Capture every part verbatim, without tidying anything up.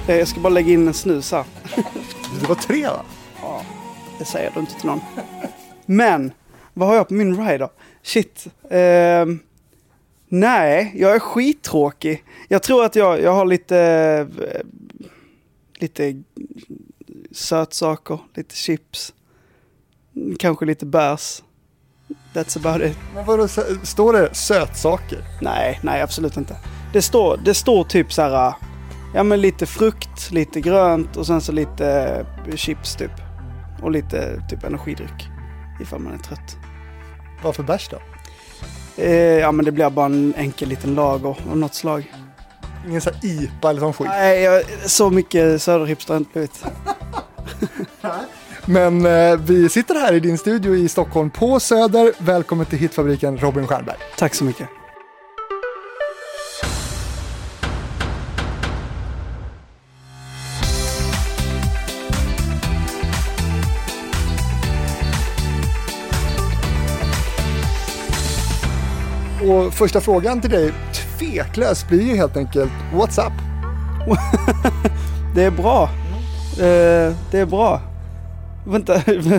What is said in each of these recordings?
Jag ska bara lägga in en snus här. Det var tre va? Ja, det säger du inte till någon. Men, vad har jag på min ride då? Shit. Eh, nej, jag är skittråkig. Jag tror att jag, jag har lite... Eh, lite sötsaker, lite chips. Kanske lite bärs. That's about it. Men vadå, står det sötsaker? Nej, nej absolut inte. Det står, det står typ så här, ja men lite frukt, lite grönt och sen så lite chips typ. Och lite typ energidryck ifall man är trött. Vad för bärs då? Eh, ja men det blir bara en enkel liten lager av något slag. Ingen sån här I P A eller sån skit? Nej, jag, så mycket söderhipster har inte blivit. Men eh, vi sitter här i din studio i Stockholm på Söder. Välkommen till hitfabriken Robin Stjernberg. Tack så mycket. Och första frågan till dig, tveklöst, blir ju helt enkelt, what's up? Det är bra. Eh, det är bra. Vänta.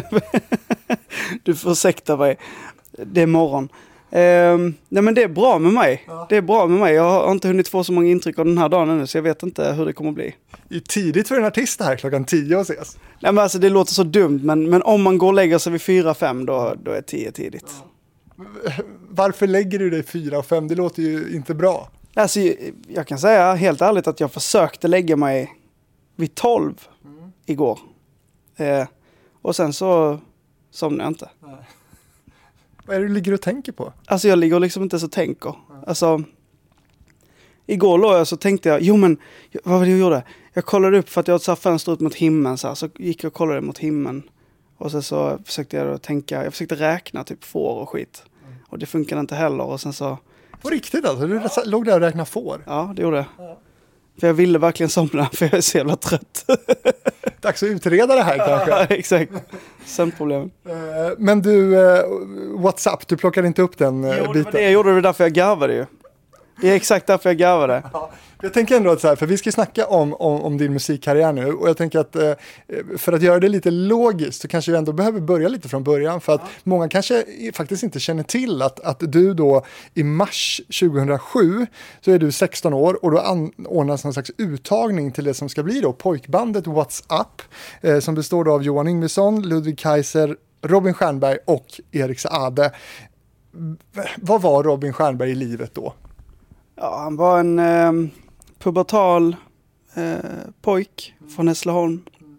Du får ursäkta mig. Det är morgon. Eh, nej men det är bra med mig. Ja. Det är bra med mig. Jag har inte hunnit få så många intryck av den här dagen ännu så jag vet inte hur det kommer att bli. Det är tidigt för en artist här klockan tio att ses. Nej men alltså det låter så dumt men, men om man går och lägger sig vid fyra fem då, då är tio tidigt. Ja. Varför lägger du dig fyra och fem? Det låter ju inte bra. Alltså, jag kan säga helt ärligt att jag försökte lägga mig vid tolv mm. igår. Eh, och sen så somnade jag inte. Nej. Vad är det du ligger och tänker på? Alltså jag ligger liksom inte så tänker. Nej. Alltså, igår låg jag så tänkte jag, jo men vad var det jag gjorde? Jag kollade upp för att jag hade fönster ut mot himlen så här, så gick jag och kollade mot himlen. Och så, så försökte jag då tänka, jag försökte räkna typ får och skit. Mm. Och det funkade inte heller. Och sen så... På riktigt alltså? Du ja. låg där och räknade får? Ja, det gjorde jag. Ja. För jag ville verkligen somna, för jag är så jävla trött. Dags att utreda det här kanske. Ja, exakt. Sömnproblem. Men du, WhatsApp, du plockade inte upp den jo, biten? Det jag gjorde det därför jag garvade ju. Det är exakt därför jag garvade. Ja. Jag tänker ändå att så här, för vi ska snacka om, om, om din musikkarriär nu och jag tänker att eh, för att göra det lite logiskt så kanske vi ändå behöver börja lite från början för att ja. många kanske faktiskt inte känner till att, att du då i mars tjugohundrasju så är du sexton år och då anordnas någon slags uttagning till det som ska bli då pojkbandet What's Up eh, som består då av Johan Yngvesson, Ludwig Kaiser, Robin Stjernberg och Erik Saade. Vad var Robin Stjernberg i livet då? Ja, han var en eh, pubertal eh, pojk från Hässleholm.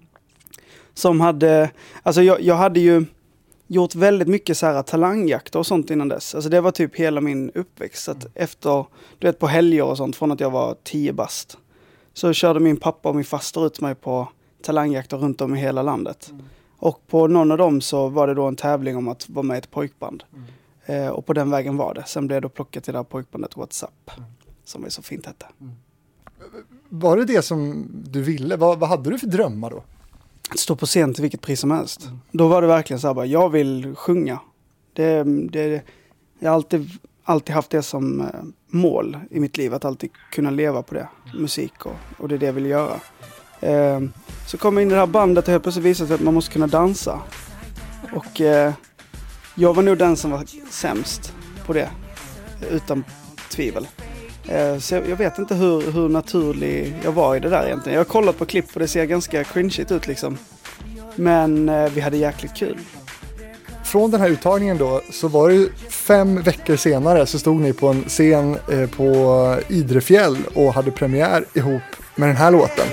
Som hade, alltså jag, jag hade ju gjort väldigt mycket så här talangjakter och sånt innan dess. Alltså det var typ hela min uppväxt. Så att efter, du vet på helger och sånt från att jag var tio bast. Så körde min pappa och min faster ut mig på talangjakter runt om i hela landet. Mm. Och på någon av dem så var det då en tävling om att vara med i ett pojkband. Mm. Eh, och på den vägen var det. Sen blev jag då plockat till det här pojkbandet What's Up. Mm. Som är så fint hette. Mm. Var det det som du ville? Vad, vad hade du för drömmar då? Att stå på scen till vilket pris som helst. Mm. Då var det verkligen så här bara, jag vill sjunga. Det, det, jag har alltid, alltid haft det som eh, mål i mitt liv. Att alltid kunna leva på det. Mm. Musik och, och det är det jag vill göra. Eh, så kom jag in i det här bandet och helt plötsligt visade sig att man måste kunna dansa. Och eh, jag var nog den som var sämst på det. Utan tvivel. Eh, så jag, jag vet inte hur, hur naturlig jag var i det där egentligen. Jag har kollat på klipp och det ser ganska cringeigt ut liksom. Men eh, vi hade jäkligt kul. Från den här uttagningen då så var det fem veckor senare så stod ni på en scen eh, på Idrefjäll och hade premiär ihop med den här låten.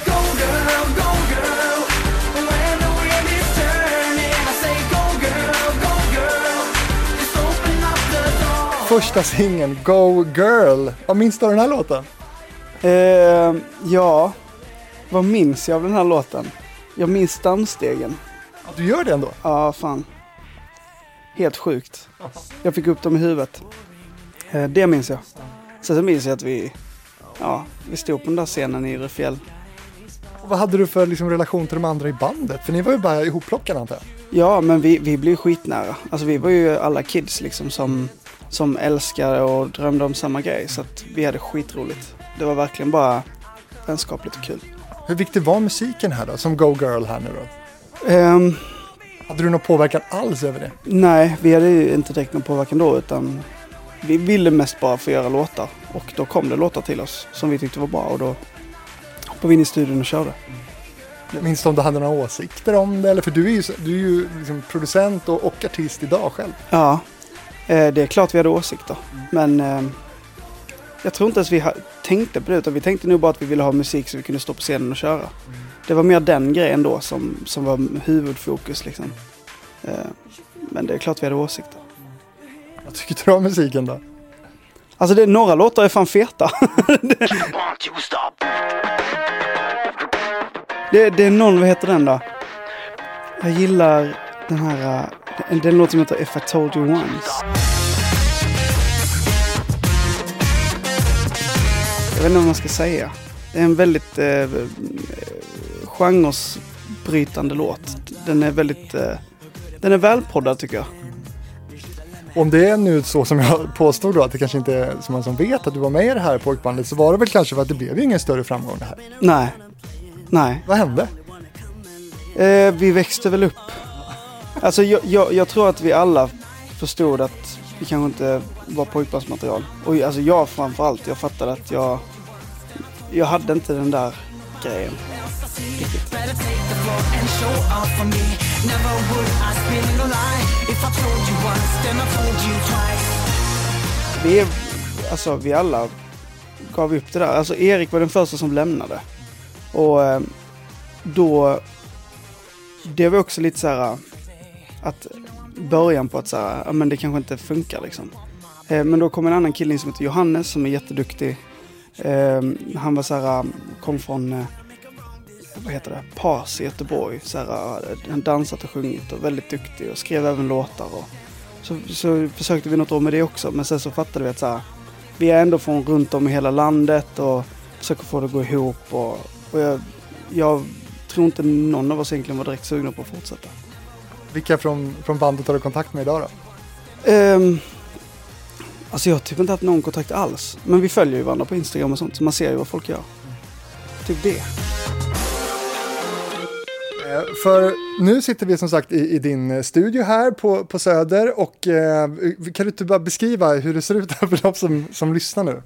Första singeln, Go Girl. Vad minns du av den här låten? Eh, ja, vad minns jag av den här låten? Jag minns dansstegen. Ja, du gör det ändå? Ja, fan. Helt sjukt. Jag fick upp dem i huvudet. Eh, det minns jag. Sen så minns jag att vi, ja, vi stod på den där scenen i Idrefjäll. Och vad hade du för liksom, relation till de andra i bandet? För ni var ju bara ihopplockade antar jag. Ja, men vi, vi blev skitnära. Alltså vi var ju alla kids liksom som... som älskade och drömde om samma grej. Så att vi hade skitroligt. Det var verkligen bara vänskapligt och kul. Hur viktig var musiken här då, som Go Girl här nu då? Um, Hade du någon påverkan alls över det? Nej, vi hade ju inte direkt någon påverkan då, utan vi ville mest bara få göra låtar. Och då kom det låtar till oss som vi tyckte var bra, och då hoppade vi in i studion och körde. Minns du om du hade några åsikter om det? Eller för du är ju, du är ju liksom producent och, och artist idag själv. Ja, eh, det är klart vi hade åsikter. Men eh, jag tror inte ens vi ha, tänkte på det, utan vi tänkte nog bara att vi ville ha musik så vi kunde stå på scenen och köra. Mm. Det var mer den grejen då som, som var huvudfokus liksom. Eh, men det är klart vi hade åsikter. Vad tycker du om musiken då? Alltså det är några låtar är fan feta. det, det är någon, vad heter den då? Jag gillar den här, det är en låt som heter If I Told You Once. Jag vet inte vad man ska säga. Det är en väldigt eh, genresbrytande låt. Den är väldigt, eh, den är välpoddad tycker jag. Om det är nu så som jag påstod då, att det kanske inte är så många som vet att du var med i det här pojkbandet, så var det väl kanske för att det blev ingen större framgång det här? Nej. Nej. Vad hände? Eh, vi växte väl upp. Alltså jag, jag, jag tror att vi alla förstod att vi kanske inte var pojkbandsmaterial. Och alltså jag framförallt, jag fattade att jag jag hade inte den där grejen riktigt. Vi är, alltså vi alla gav upp det där. Alltså Erik var den första som lämnade. Och eh, då det var också lite så här att början på att så här, ja, men det kanske inte funkar liksom. Eh, men då kom en annan kille som heter Johannes som är jätteduktig. Eh, han var så här, kom från eh, vad heter det? Pars i Göteborg. Så här, han dansat och sjungit och väldigt duktig och skrev även låtar. Och så, så försökte vi något år med det också. Men sen så fattade vi att så här, vi är ändå från runt om i hela landet och försöker få det att gå ihop. Och, och jag, jag tror inte någon av oss egentligen var direkt sugna på att fortsätta. Vilka från, från bandet har du kontakt med idag då? Um, alltså jag har typ inte haft någon kontakt alls. Men vi följer ju varandra på Instagram och sånt. Så man ser ju vad folk gör. Typ det. För nu sitter vi som sagt i, i din studio här på, på Söder. Och eh, kan du inte bara beskriva hur det ser ut här för de som, som lyssnar nu?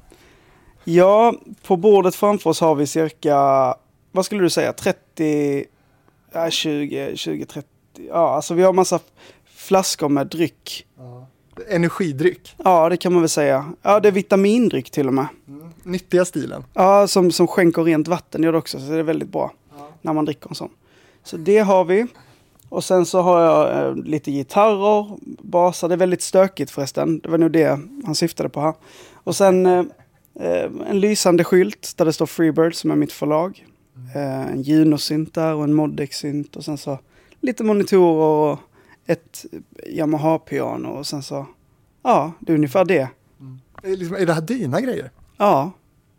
Ja, på bordet framför oss har vi cirka, vad skulle du säga, trettio, ja, tjugo, tjugo, trettio. Ja, alltså vi har massa flaskor med dryck. Ja. Energidryck. Ja, det kan man väl säga. Ja, det är vitamindryck till och med. Mm. Nyttiga stilen. Ja, som, som skänker rent vatten gör det också, så det är väldigt bra ja. När man dricker en sån. Så det har vi. Och sen så har jag eh, lite gitarrer, basar. Det är väldigt stökigt förresten. Det var nog det han syftade på här. Och sen eh, en lysande skylt där det står Freebird som är mitt förlag. Eh, en Juno-synt där och en Modex-synt. Och sen så lite monitorer och ett Yamaha-piano. Och sen så, ja, det är ungefär det. Mm. Är, liksom, är det här dina grejer? Ja.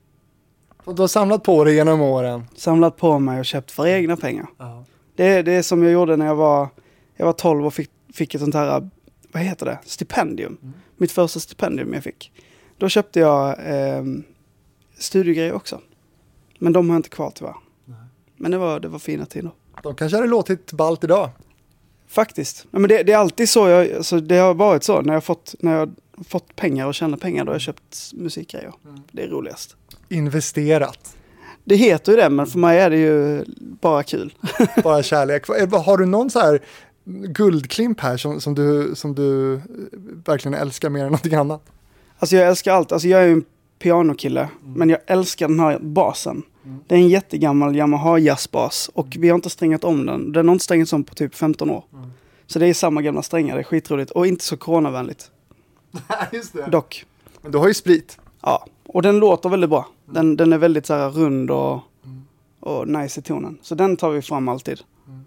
Och du har samlat på dig genom åren? Samlat på mig och köpt för egna pengar. Uh-huh. Det, det är som jag gjorde när jag var, jag var tolv och fick, fick ett sånt här, vad heter det? Stipendium. Mm. Mitt första stipendium jag fick. Då köpte jag eh, studiegrejer också. Men de har jag inte kvar tyvärr. Nej. Men det var, det var fina tider. De kanske hade låtit ballt idag. Faktiskt. Men det, det är alltid så, jag, alltså det har varit så. När jag fått, när jag fått pengar och tjänat pengar, då har jag köpt musikgrejer. Mm. Det är roligast. Investerat. Det heter ju det, men för mig är det ju bara kul. Bara kärlek. Har du någon så här guldklimp här som, som, du, som du verkligen älskar mer än något annat? Alltså jag älskar allt. Alltså jag är ju en pianokille, mm. men jag älskar den här basen. Mm. Det är en jättegammal Yamaha jazzbas och vi har inte strängat om den. Den har inte strängats om på typ femton år. Mm. Så det är samma gamla strängar, det är skitroligt. Och inte så coronavänligt. Just det. Dock. Men du har ju split. Ja, och den låter väldigt bra. Den, den är väldigt så här rund och, och nice i tonen. Så den tar vi fram alltid.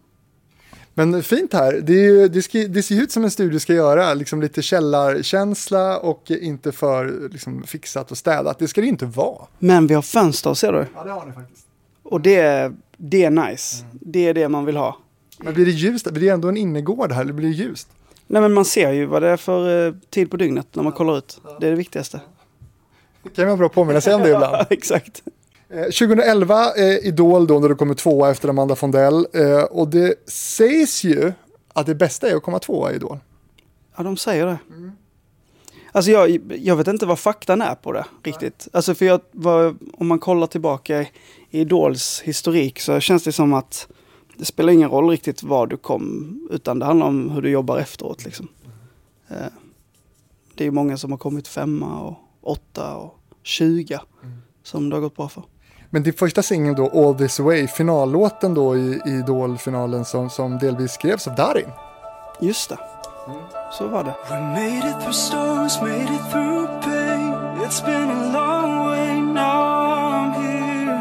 Men fint här. Det, är ju, det, ska, det ser ut som en studio ska göra. Liksom lite källarkänsla och inte för liksom, fixat och städat. Det ska det inte vara. Men vi har fönster, ser du? Ja, det har ni faktiskt. Och det, det är nice. Mm. Det är det man vill ha. Men blir det ljust? Blir det ändå en innergård här eller blir det ljust? Nej, men man ser ju vad det är för eh, tid på dygnet när man kollar ut. Det är det viktigaste. Det kan man bra påminna sig om det ibland. Exakt. tjugoelva eh, Idol då när du kommer tvåa efter Amanda Fondell eh, och det sägs ju att det bästa är att komma tvåa i Idol. Ja, de säger det. Mm. Alltså jag, jag vet inte vad faktan är på det riktigt. Ja. Alltså för jag, vad, om man kollar tillbaka i Idols historik så känns det som att det spelar ingen roll riktigt var du kom, utan det handlar om hur du jobbar efteråt liksom. Mm. Eh, det är ju många som har kommit femma och åtta och tjugo mm. som det har gått bra för. Men din första singel då, All This Way, finallåten då i, i Idol-finalen som, som delvis skrevs av Darin. Just det. Mm. Så var det. We made it through storms, made it through pain. It's been a long way, now I'm here.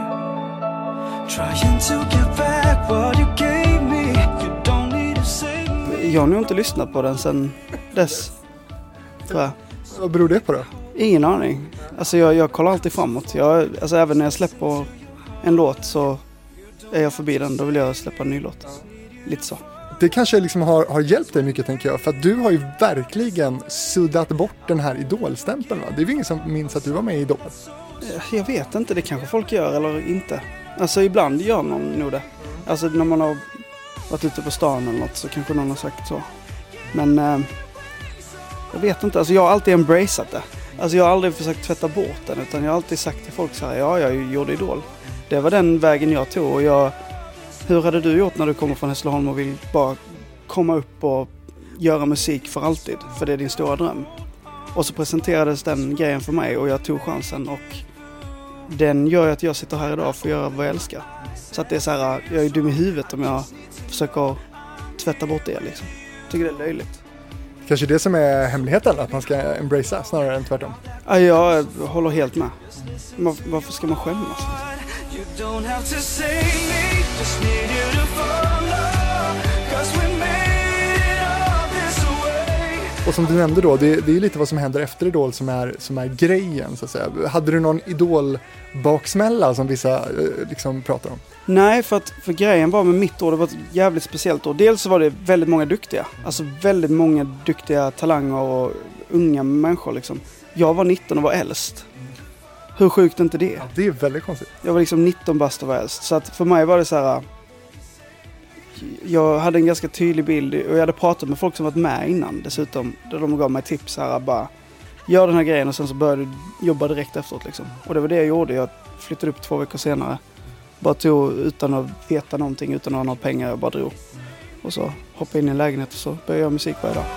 Trying to get back what you gave me. You don't need to save me. Jag har nog inte lyssnat på den sen dess. Tror jag. Vad beror det på då? Ingen aning. Alltså jag, jag kollar alltid framåt. Jag, alltså även när jag släpper en låt så är jag förbi den. Då vill jag släppa en ny låt. Lite så. Det kanske liksom har, har hjälpt dig mycket, tänker jag. För att du har ju verkligen suddat bort den här idolstämpeln, va? Det är ju ingen som minns att du var med i Idol. Jag vet inte, det kanske folk gör eller inte. Alltså ibland gör någon nog det. Alltså när man har varit ute på stan eller något så kanske någon har sagt så. Men eh, jag vet inte, alltså jag har alltid embraceat det. Alltså jag har aldrig försökt tvätta bort den, utan jag har alltid sagt till folk så här: ja, jag gjorde Idol. Det var den vägen jag tog och jag... Hur hade du gjort när du kommer från Hässleholm och vill bara komma upp och göra musik för alltid? För det är din stora dröm. Och så presenterades den grejen för mig och jag tog chansen. Och den gör att jag sitter här idag för att göra vad jag älskar. Så att det är så här, jag är dum i huvudet om jag försöker tvätta bort det liksom. Jag tycker det är löjligt. Kanske det som är hemligheten, att man ska embracea snarare än tvärtom. Ja, jag håller helt med. Varför ska man skämmas? You don't have to save me, just need you to follow, 'cause we made it all this way. Och som du nämnde då, det, det är lite vad som händer efter Idol som är, som är grejen, så att säga. Hade du någon Idol-baksmälla som vissa eh, liksom pratar om? Nej, för, att, för grejen var med mitt år, det var ett jävligt speciellt år. Dels så var det väldigt många duktiga, alltså väldigt många duktiga talanger och unga människor liksom. Jag var nitton och var äldst. Hur sjukt är inte det? Ja, det är väldigt konstigt. Jag var liksom nitton bast och var äldst. Så att för mig var det så här... Jag hade en ganska tydlig bild och jag hade pratat med folk som varit med innan dessutom. Där de gav mig tips här, bara gör den här grejen och sen så började du jobba direkt efteråt liksom. Och det var det jag gjorde. Jag flyttade upp två veckor senare. Bara tog utan att veta någonting, utan att ha några pengar. Jag bara drog. Och så hoppade in i en lägenhet och så började jag göra musik varje dag.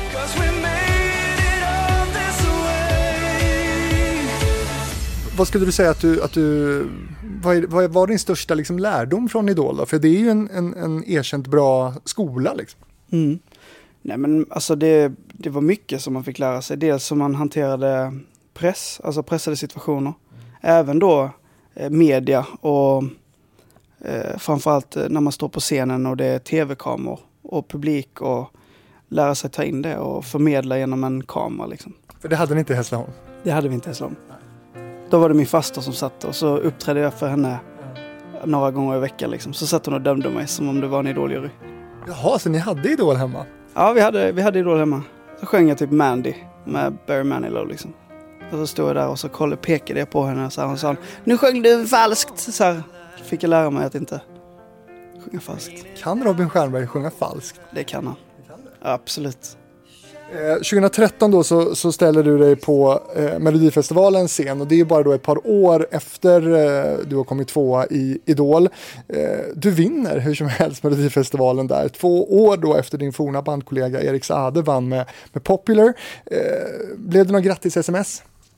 Vad skulle du säga att du, att du vad, är, vad var din största liksom lärdom från Idol då? För det är ju en, en, en erkänt bra skola liksom. Mm. Nej men alltså det, det var mycket som man fick lära sig. Dels som man hanterade press, alltså pressade situationer. Mm. Även då eh, media och eh, framförallt när man står på scenen och det är tv-kameror och publik och lära sig ta in det och förmedla genom en kamera liksom. För det hade ni inte i Hässleholm? Det hade vi inte i Hässleholm. Då var det min faster som satt och så uppträdde jag för henne några gånger i veckan liksom. Så satt hon och dömde mig som om det var en idoljury. Jaha, så ni hade Idol hemma? Ja, vi hade, vi hade Idol hemma. Så sjöng jag typ Mandy med Barry Manilow liksom. Och så stod jag där och så kollade, pekade jag på henne och så här, hon sa, nu sjöng du falskt. Så här fick jag lära mig att inte sjunga falskt. Kan Robin Stjernberg sjunga falskt? Det kan han. Ja, absolut. Eh, tjugohundratretton då så, så ställer du dig på eh, Melodifestivalens scen och det är bara då ett par år efter eh, du har kommit tvåa i Idol. Eh, du vinner hur som helst Melodifestivalen där. Två år då efter din forna bandkollega Erik Saade vann med, med Popular. Eh, blev det någon grattis sms?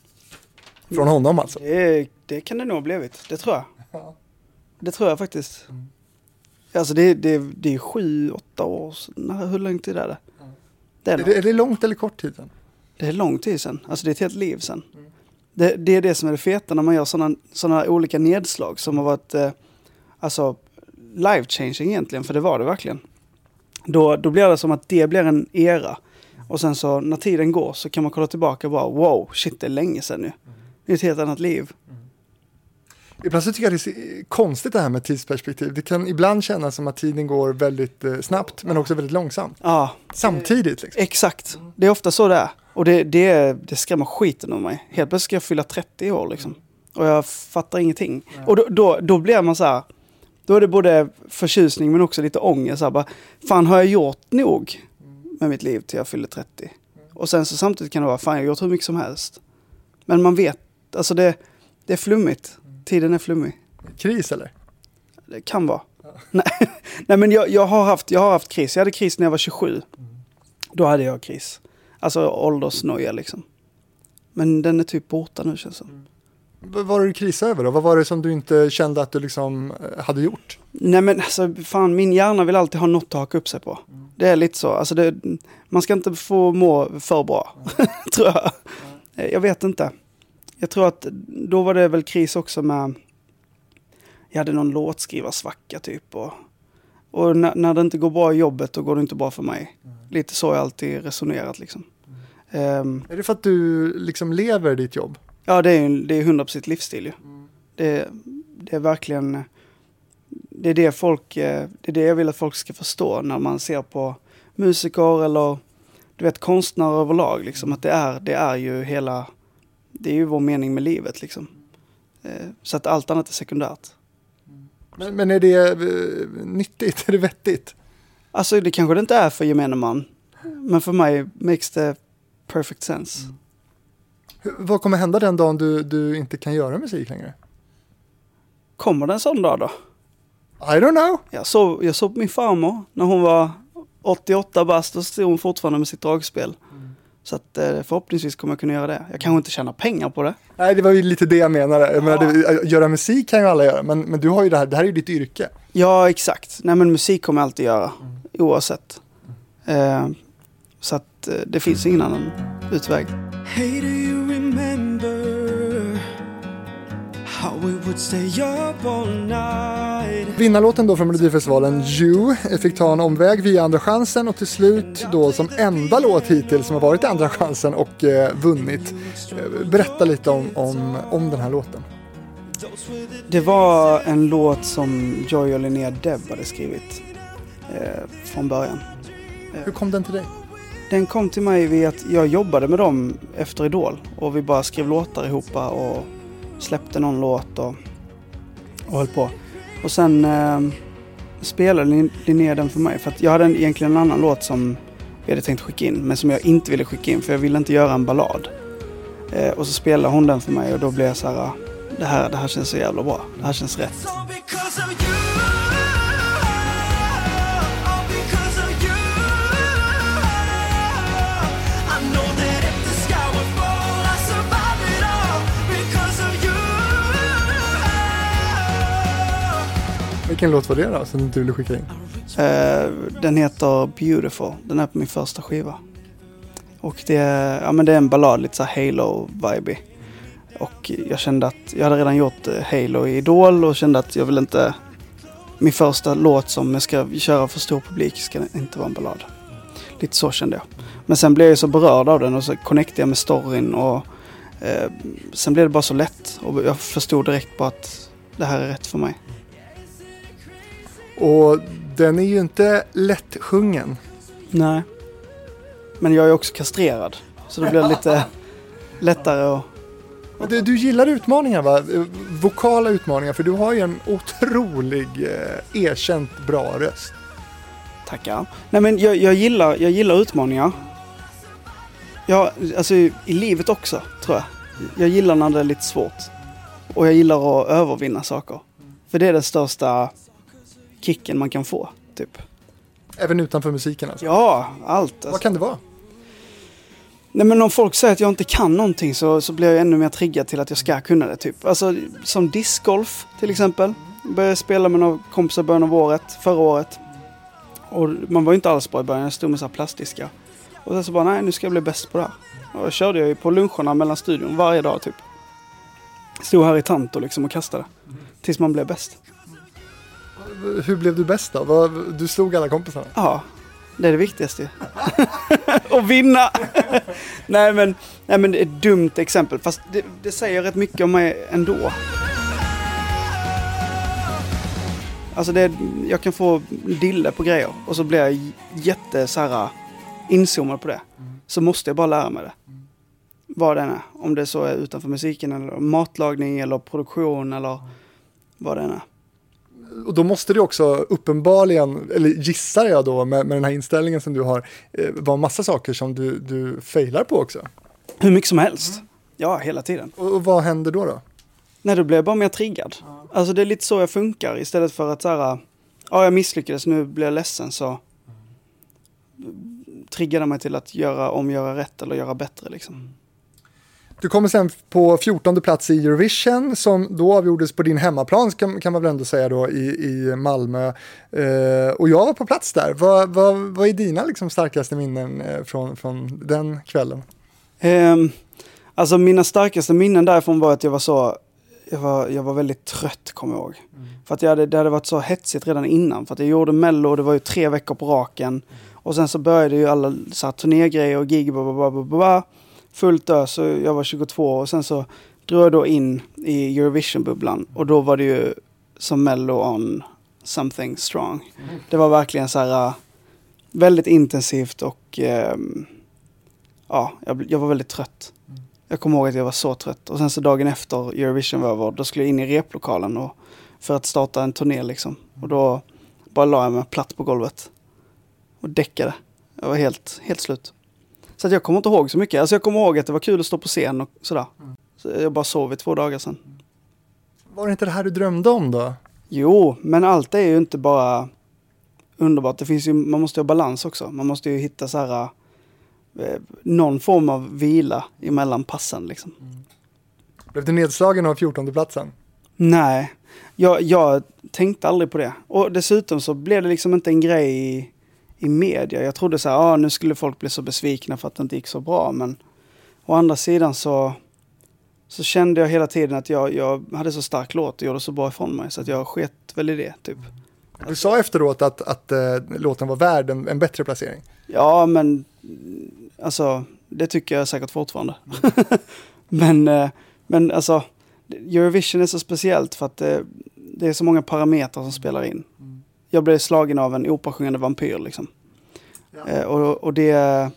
Från honom alltså? Det, det kan det nog ha blivit, det tror jag. Ja. Det tror jag faktiskt. Mm. Alltså det, det, det är sju, åtta år sedan. Hur lång tid är det? Det är, är, det, är det långt eller kort tid sedan? Det är lång tid sedan. Alltså det är ett helt liv sedan. Mm. Det, det är det som är det feta när man gör sådana såna olika nedslag som har varit eh, alltså life-changing egentligen. För det var det verkligen. Då, då blir det som att det blir en era. Och sen så när tiden går så kan man kolla tillbaka och bara wow, shit det är länge sedan nu. Mm. Det är ett helt annat liv. Mm. Ibland så tycker jag det är konstigt det här med tidsperspektiv. Det kan ibland kännas som att tiden går väldigt eh, snabbt men också väldigt långsamt. Ja. Samtidigt. Liksom. Exakt. Det är ofta så det är. Och det, det, det skrämmer skiten om mig. Helt plötsligt ska jag fylla trettio år liksom. Och jag fattar ingenting. Ja. Och då, då, då blir man så här, då är det både förtjusning men också lite ångest. Så här, bara, fan, har jag gjort nog med mitt liv till jag fyller trettio? Mm. Och sen så samtidigt kan det vara, fan, jag har gjort hur mycket som helst. Men man vet, alltså det, det är flummigt. Mm. Tiden är flummig. Kris eller? Det kan vara. Ja. Nej, Nej, men jag, jag, har haft, jag har haft kris. Jag hade kris när jag var tjugosju. Mm. Då hade jag kris. Alltså åldersnoja liksom. Men den är typ borta nu, känns det som. Mm. Vad var det du krisade över då? Vad var det som du inte kände att du liksom hade gjort? Nej men alltså, fan, min hjärna vill alltid ha något att haka upp sig på. Mm. Det är lite så. Alltså det, man ska inte få må för bra, mm. tror jag. Mm. Jag vet inte. Jag tror att då var det väl kris också med... Jag hade någon låtskrivarsvacka typ. Och, och när, när det inte går bra i jobbet, då går det inte bra för mig. Mm. Lite så har jag alltid resonerat liksom. Mm. Um, är det för att du liksom lever ditt jobb? Ja, det är det är hundra procent livsstil ju. Mm. Det, det är verkligen... Det är det, folk, det är det jag vill att folk ska förstå när man ser på musiker eller du vet, konstnärer överlag. Liksom, att det är, det är ju hela... Det är ju vår mening med livet liksom. Så att allt annat är sekundärt. Men, men är det uh, nyttigt? Är det vettigt? Alltså det kanske det inte är för gemene man. Men för mig makes the perfect sense. Mm. Hur, vad kommer hända den dagen du, du inte kan göra musik längre? Kommer det en sån dag då? I don't know. Jag såg, jag såg på min farmor när hon var åttioåtta bast och stod hon fortfarande med sitt dragspel. Mm. Så att förhoppningsvis kommer jag kunna göra det. Jag kanske inte tjänar pengar på det. Nej, det var ju lite det jag menade. Jag menar, det, göra musik kan ju alla göra, men, men du har ju det här, det här är ju ditt yrke. Ja, exakt. Nej, men musik kommer jag alltid göra, mm. oavsett. Eh, så att eh, det finns ingen annan utväg. Hey, do you remember how we would stay up all night? Vinnarlåten då från Melodifestivalen, You, fick ta en omväg via Andra chansen och till slut då som enda låt hittills som har varit i Andra chansen och eh, vunnit. Berätta lite om, om, om den här låten. Det var en låt som Joy och Linnea Deb hade skrivit eh, från början. Hur kom den till dig? Den kom till mig vid att jag jobbade med dem efter Idol. Och vi bara skrev låtar ihop och släppte någon låt och, och höll på. Och sen eh, spelade Linnea den för mig. För att jag hade egentligen en annan låt som vi hade tänkt skicka in. Men som jag inte ville skicka in för jag ville inte göra en ballad. Eh, och så spelade hon den för mig och då blev jag så här... Det här, det här känns så jävla bra. Det här känns rätt. Vilken låt var det då som du ville skicka in? Uh, den heter Beautiful. Den är på min första skiva. Och det är, ja, men det är en ballad, lite så Halo-vibe. Och jag kände att jag hade redan gjort Halo i Idol och kände att jag vill inte... Min första låt som jag ska köra för stor publik ska inte vara en ballad. Lite så kände jag. Men sen blev jag så berörd av den och så connectade jag med storyn och eh, sen blev det bara så lätt. Och jag förstod direkt på att det här är rätt för mig. Och den är ju inte lätt sjungen. Nej. Men jag är också kastrerad. Så det blir lite lättare att... Du, du gillar utmaningar, va? Vokala utmaningar, för du har ju en otrolig eh, erkänt bra röst. Tackar. Nej, men jag, jag, gillar, jag gillar utmaningar. Ja, alltså i, i livet också, tror jag. Jag gillar när det är lite svårt. Och jag gillar att övervinna saker. För det är den största kicken man kan få, typ. Även utanför musiken alltså? Ja, allt. Alltså. Vad kan det vara? Nej, men om folk säger att jag inte kan någonting så, så blir jag ännu mer triggad till att jag ska kunna det, typ. Alltså som discgolf till exempel. Jag började spela med några kompisar i början av året, förra året. Och man var ju inte alls bra i början, jag stod med så här plastiska. Och sen så bara, nej, nu ska jag bli bäst på det här. Och jag körde ju på luncherna mellan studion varje dag, typ. Stod här i Tanto liksom och kastade. Tills man blev bäst. Hur blev du bäst då? Du slog alla kompisarna? Ja, det är det viktigaste. Att vinna! nej, men, nej men det är ett dumt exempel. Fast det, det säger rätt mycket om mig ändå. Alltså det, jag kan få dille på grejer. Och så blir jag jätte så här inzoomad på det. Så måste jag bara lära mig det. vad den är. Om det så är utanför musiken eller matlagning eller produktion eller vad den är. Och då måste det också uppenbarligen, eller gissar jag då med, med den här inställningen som du har, eh, vara massa saker som du, du failar på också. Hur mycket som helst. Mm. Ja, hela tiden. Och, och vad händer då då? Nej, då blir jag bara mer triggad. Mm. Alltså det är lite så jag funkar. Istället för att så här, ja jag misslyckades, nu blir jag ledsen, så mm. triggar det mig till att göra om, göra rätt eller göra bättre liksom. Mm. Du kommer sen på fjortonde plats i Eurovision som då avgjordes på din hemmaplan kan, kan man väl ändå säga då i, i Malmö. Eh, och jag var på plats där. Vad, vad, vad är dina liksom starkaste minnen eh, från, från den kvällen? Eh, alltså mina starkaste minnen därifrån var att jag var så jag var, jag var väldigt trött, kommer jag ihåg. Mm. För att jag hade, det hade varit så hetsigt redan innan. För att jag gjorde Mello och det var ju tre veckor på raken. Mm. Och sen så började ju alla så här, turnégrejer och gig blablabla. Fullt ös, så jag var tjugotvå och sen så drog jag då in i Eurovision-bubblan och då var det ju som Mello on something strong. Mm. Det var verkligen så här väldigt intensivt och um, ja, jag, jag var väldigt trött. Mm. Jag kommer ihåg att jag var så trött och sen så dagen efter Eurovision var över, då skulle jag in i replokalen och för att starta en turné liksom. Mm. Och då bara la jag mig platt på golvet och däckade. Jag var helt, helt slut. Så att jag kommer inte ihåg så mycket. Alltså jag kommer ihåg att det var kul att stå på scen och sådär. Mm. Så jag bara sov i två dagar sedan. Var det inte det här du drömde om då? Jo, men allt är ju inte bara underbart. Det finns ju, man måste ha balans också. Man måste ju hitta så här eh, någon form av vila emellan passen liksom. Mm. Blev du nedslagen av fjortonde platsen? Nej, jag, jag tänkte aldrig på det. Och dessutom så blev det liksom inte en grej i i media. Jag trodde så här, ah, nu skulle folk bli så besvikna för att det inte gick så bra, men å andra sidan så så kände jag hela tiden att jag, jag hade så stark låt och gjorde så bra ifrån mig så att jag sket väl i det typ. Du sa efteråt att, att äh, låten var värd en, en bättre placering. Ja, men alltså det tycker jag säkert fortfarande. men, äh, men alltså Eurovision är så speciellt för att det, det är så många parametrar som spelar in. Jag blev slagen av en operasjungande vampyr liksom. Ja. Eh, och, och det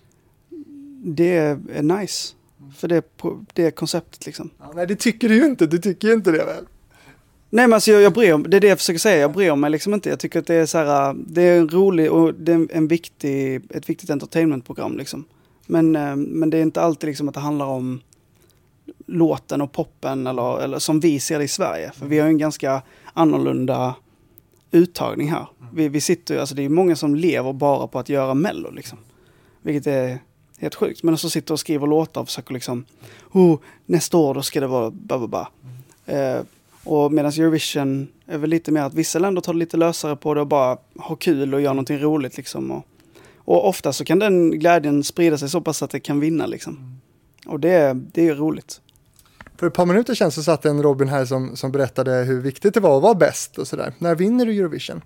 det är nice. Mm. För det, det är konceptet liksom. Ja, nej, det tycker du ju inte. Du tycker ju inte det väl? Nej, men alltså jag, jag bryr mig. Det är det jag försöker säga. Jag bryr mig liksom inte. Jag tycker att det är så här, det är en rolig och det är en viktig, ett viktigt entertainmentprogram liksom. Men, eh, men det är inte alltid liksom att det handlar om låten och poppen eller, eller som vi ser det i Sverige. För vi har ju en ganska annorlunda uttagning här. Vi, vi sitter, alltså det är många som lever bara på att göra Mello liksom. Vilket är helt sjukt. Men så sitter och skriver låtar och försöker liksom, oh, nästa år då ska det vara bababa. Mm. Eh, och medan Eurovision är väl lite mer att vissa länder tar det lite lösare på det och bara ha kul och göra någonting roligt liksom. Och, och ofta så kan den glädjen sprida sig så pass att det kan vinna liksom. Mm. Och det, det är ju roligt. För ett par minuter sedan så satt en Robin här som, som berättade hur viktigt det var att vara bäst och sådär. När vinner du Eurovision?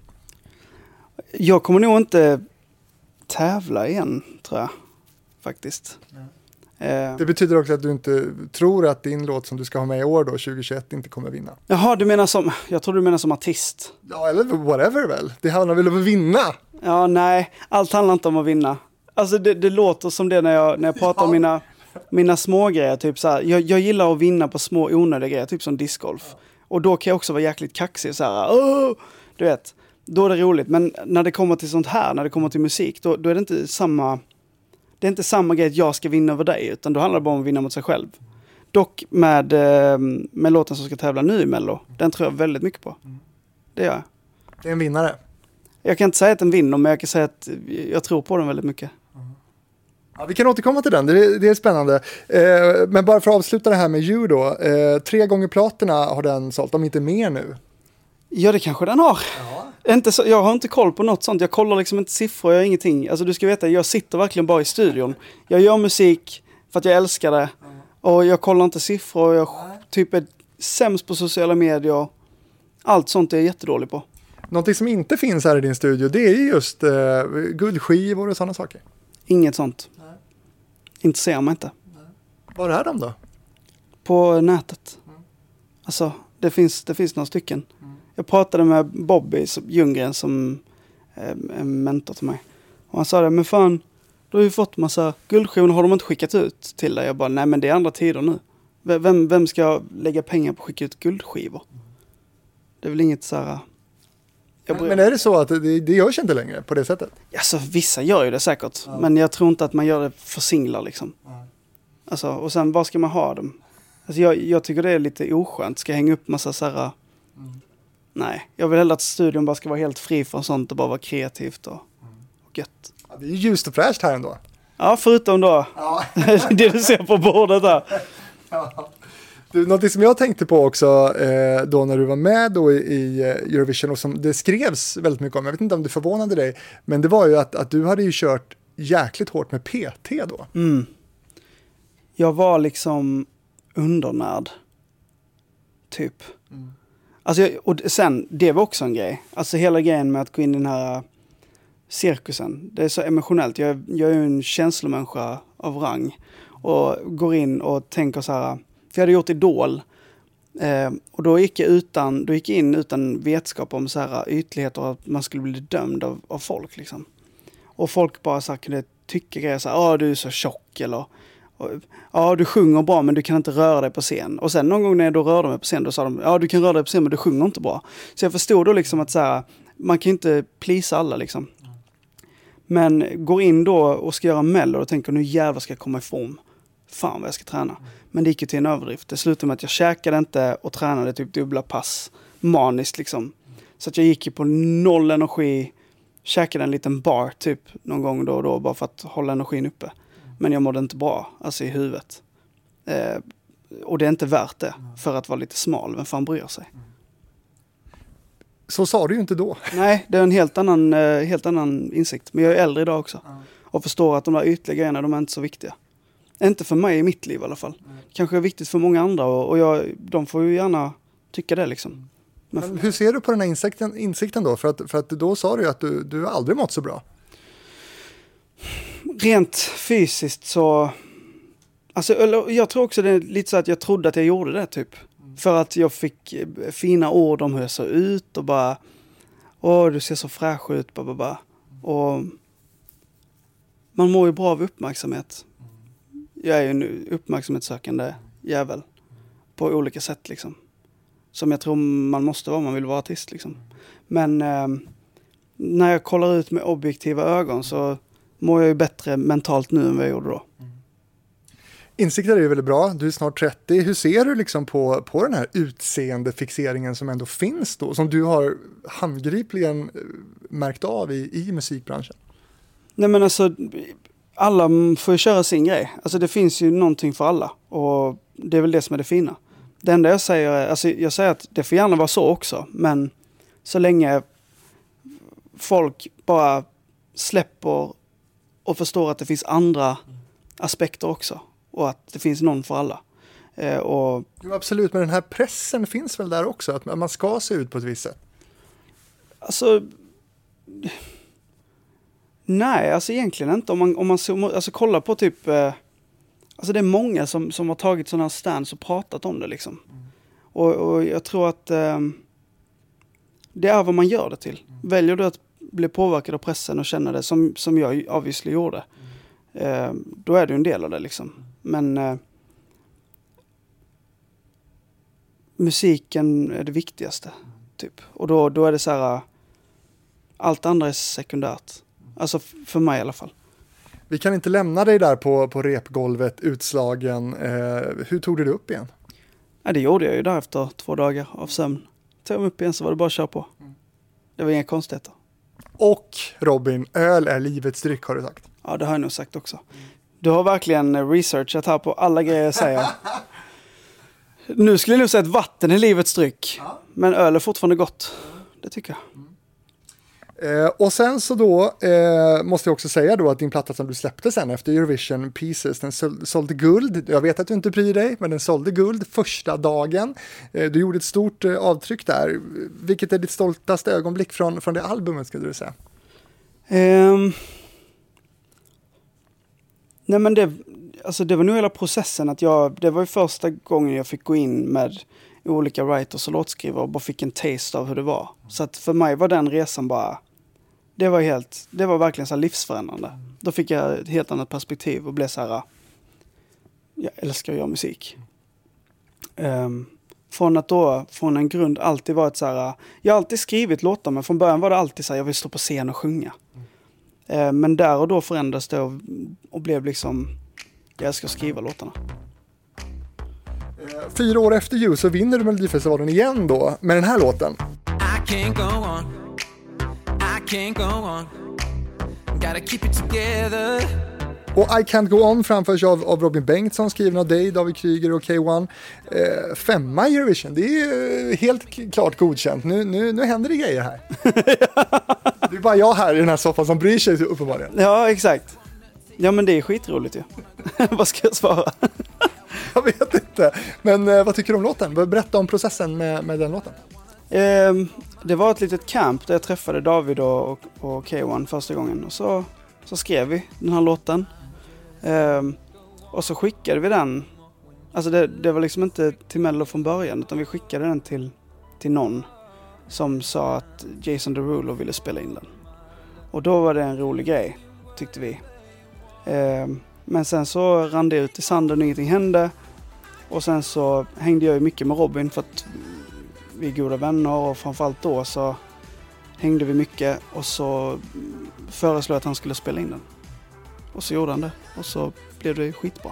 Jag kommer nog inte tävla igen, tror jag. Faktiskt. Mm. Det betyder också att du inte tror att din låt som du ska ha med i år då, tjugohundratjugoett, inte kommer vinna. Jaha, du menar som, jag tror du menar som artist. Ja, eller whatever väl. Det handlar väl om att vinna? Ja, nej. Allt handlar inte om att vinna. Alltså det, det låter som det när jag, när jag pratar ja. om mina... Mina små grejer, typ så här, jag, jag gillar att vinna på små onödiga grejer, typ som discgolf. Ja. Och då kan jag också vara jäkligt kaxig så här, åh, du vet. Då är det roligt, men när det kommer till sånt här, när det kommer till musik, då, då är det inte samma det är inte samma grej att jag ska vinna över dig, utan då handlar det bara om att vinna mot sig själv. Dock med, med låten som ska tävla nu i Mello, den tror jag väldigt mycket på. Det gör jag. Det är en vinnare. Jag kan inte säga att den vinner, men jag kan säga att jag tror på den väldigt mycket. Ja, vi kan återkomma till den, det är, det är spännande. Eh, men bara för att avsluta det här med You då. Eh, tre gånger platina har den sålt, om inte mer nu. Ja, det kanske den har. Ja. Inte så, jag har inte koll på något sånt. Jag kollar liksom inte siffror, jag har ingenting. Alltså du ska veta, jag sitter verkligen bara i studion. Jag gör musik för att jag älskar det. Ja. Och jag kollar inte siffror. Jag Nej. typ är sämst på sociala medier. Allt sånt är jag jättedålig på. Någonting som inte finns här i din studio, det är just eh, guldskivor och sådana saker. Inget sånt. Nej. Intresserar mig inte. Nej. Var är de då? På nätet. Mm. Alltså, det finns, det finns några stycken. Mm. Jag pratade med Bobby Ljunggren som är en mentor till mig. Och han sa det, men fan, Du har ju fått massa guldskivor, har de inte skickat ut till dig? Jag bara, nej men det är andra tider nu. Vem, vem ska lägga pengar på att skicka ut guldskivor? Det är väl inget så här... Jag men är det så att det, det görs inte längre på det sättet? Alltså vissa gör ju det säkert. Ja. Men jag tror inte att man gör det för singlar liksom. Ja. Alltså, och sen var ska man ha dem? Alltså jag, jag tycker det är lite oskönt. Ska jag hänga upp massa så här... Mm. Nej, jag vill hellre att studion bara ska vara helt fri från sånt och bara vara kreativt och, mm. och gött. Ja, det är ju ljust och fräscht här ändå. Ja, förutom då. Ja. Det du ser på bordet där. Ja. Du, något som jag tänkte på också eh, då när du var med då i, i Eurovision och som det skrevs väldigt mycket om, jag vet inte om det förvånade dig, men det var ju att, att du hade ju kört jäkligt hårt med P T då. Mm. Jag var liksom undernärd. Typ. Mm. Alltså, jag, och sen, det var också en grej. Alltså hela grejen med att gå in i den här cirkusen. Det är så emotionellt. Jag, jag är ju en känslomänniska av rang. Och går in och tänker så här... För jag hade gjort Idol. Eh, och då gick jag utan, då gick jag in utan vetskap om så här ytligheter och att man skulle bli dömd av, av folk liksom. Och folk bara så här kunde tycka grejer så här, ja du är så tjock eller ja du sjunger bra men du kan inte röra dig på scen. Och sen någon gång när jag då rörde mig på scen då sa de, ja du kan röra dig på scen men du sjunger inte bra. Så jag förstod då liksom att så här, man kan inte plisa alla liksom. Men går in då och ska göra mello och tänker nu jävlar ska jag komma i form. Fan vad jag ska träna. Men det gick ju till en överdrift. Det slutade med att jag käkade inte och tränade typ dubbla pass. Maniskt liksom. Så att jag gick ju på noll energi. Käkade en liten bar typ någon gång då och då. Bara för att hålla energin uppe. Men jag mådde inte bra. Alltså i huvudet. Eh, och det är inte värt det. För att vara lite smal. Vem fan bryr sig? Så sa du ju inte då. Nej, det är en helt annan, eh, helt annan insikt. Men jag är äldre idag också. Och förstår att de där ytliga grejerna de är inte så viktiga. Inte för mig i mitt liv i alla fall. Mm. Kanske är viktigt för många andra och, och jag, de får ju gärna tycka det liksom. Men för... Men hur ser du på den här insikten, insikten då? För att, för att då sa du ju att du, du aldrig mått så bra. Rent fysiskt så... Alltså, jag tror också det är lite så att jag trodde att jag gjorde det typ. Mm. För att jag fick fina ord om hur jag såg ut och bara... Åh, du ser så fräsch ut, bara, bara. Mm. Och man mår ju bra av uppmärksamhet. Jag är ju en uppmärksamhetssökande jävel på olika sätt liksom. Som jag tror man måste vara om man vill vara artist liksom. Men eh, när jag kollar ut med objektiva ögon så mår jag ju bättre mentalt nu än vad jag gjorde då. Mm. Insikter är ju väldigt bra. Du är snart trettio. Hur ser du liksom på, på den här utseendefixeringen som ändå finns då? Som du har handgripligen märkt av i, i musikbranschen? Nej men alltså... Alla får ju köra sin grej. Alltså det finns ju någonting för alla. Och det är väl det som är det fina. Det enda jag säger är, alltså jag säger att det får gärna vara så också. Men så länge folk bara släpper och förstår att det finns andra aspekter också. Och att det finns någon för alla. Eh, och... Jo, absolut, men den här pressen finns väl där också? Att man ska se ut på ett visst sätt? Alltså... Nej, alltså egentligen inte. Om man, om man alltså, kollar på typ... Eh, alltså det är många som, som har tagit sådana här stands och pratat om det liksom. Mm. Och, och jag tror att eh, det är vad man gör det till. Mm. Väljer du att bli påverkad av pressen och känna det som, som jag obviously gjorde. Mm. Eh, då är du en del av det liksom. Mm. Men eh, musiken är det viktigaste. Mm. Typ. Och då, då är det så här... Allt andra är sekundärt. Alltså för mig i alla fall. Vi kan inte lämna dig där på, på repgolvet utslagen. Eh, hur tog du det upp igen? Ja, det gjorde jag ju där efter två dagar av sömn. Tog mig upp igen så var det bara att köra på. Mm. Det var inga konstigheter. Och Robin, öl är livets dryck har du sagt. Ja, det har jag nog sagt också. Mm. Du har verkligen researchat här på alla grejer jag säger. Nu skulle jag nog säga att vatten är livets dryck. Ja. Men öl är fortfarande gott. Det tycker jag. Mm. Eh, och sen så då eh, måste jag också säga då att din platta som du släppte sen efter Eurovision Pieces, den sål- sålde guld. Jag vet att du inte bryr dig, men den sålde guld första dagen. Eh, du gjorde ett stort eh, avtryck där. Vilket är ditt stoltaste ögonblick från, från det albumet skulle du säga? Um, nej men det, alltså det var nog hela processen att jag, det var ju första gången jag fick gå in med olika writers och låtskrivare och bara fick en taste av hur det var. Så att för mig var den resan bara Det var helt, det var verkligen så här livsförändrande. Då fick jag ett helt annat perspektiv och blev så här, jag älskar att göra musik. Um, från att då, från en grund alltid varit så här, jag har alltid skrivit låtar, men från början var det alltid så här, jag vill stå på scen och sjunga. Mm. Uh, men där och då förändrades det och, och blev liksom, jag älskar att skriva låtarna. Fyra år efter You så vinner du Melodifestivalen igen då med den här låten. I can't go on. I can't go on. Gotta keep it together. Och I Can't Go On framförs av, av Robin Bengtsson, skriven av dig, David Kryger och K ett. Eh, femma i Eurovision, det är ju helt klart godkänt. Nu, nu, nu händer det grejer här. Det är bara jag här i den här soffan som bryr sig uppenbarligen. Ja, exakt. Ja, men det är skitroligt ju. Vad ska jag svara? Jag vet inte. Men eh, vad tycker du om låten? Berätta om processen med, med den låten. Eh, det var ett litet camp där jag träffade David och, och, och K ett första gången. Och så, så skrev vi den här låten. Eh, och så skickade vi den. Alltså det, det var liksom inte till Mello från början, utan vi skickade den till, till någon som sa att Jason Derulo ville spela in den. Och då var det en rolig grej, tyckte vi. Eh, men sen så rann det ut i sanden och ingenting hände. Och sen så hängde jag ju mycket med Robin för att vi är goda vänner, och framförallt då så hängde vi mycket, och så föreslog jag att han skulle spela in den. Och så gjorde han det, och så blev det skitbra.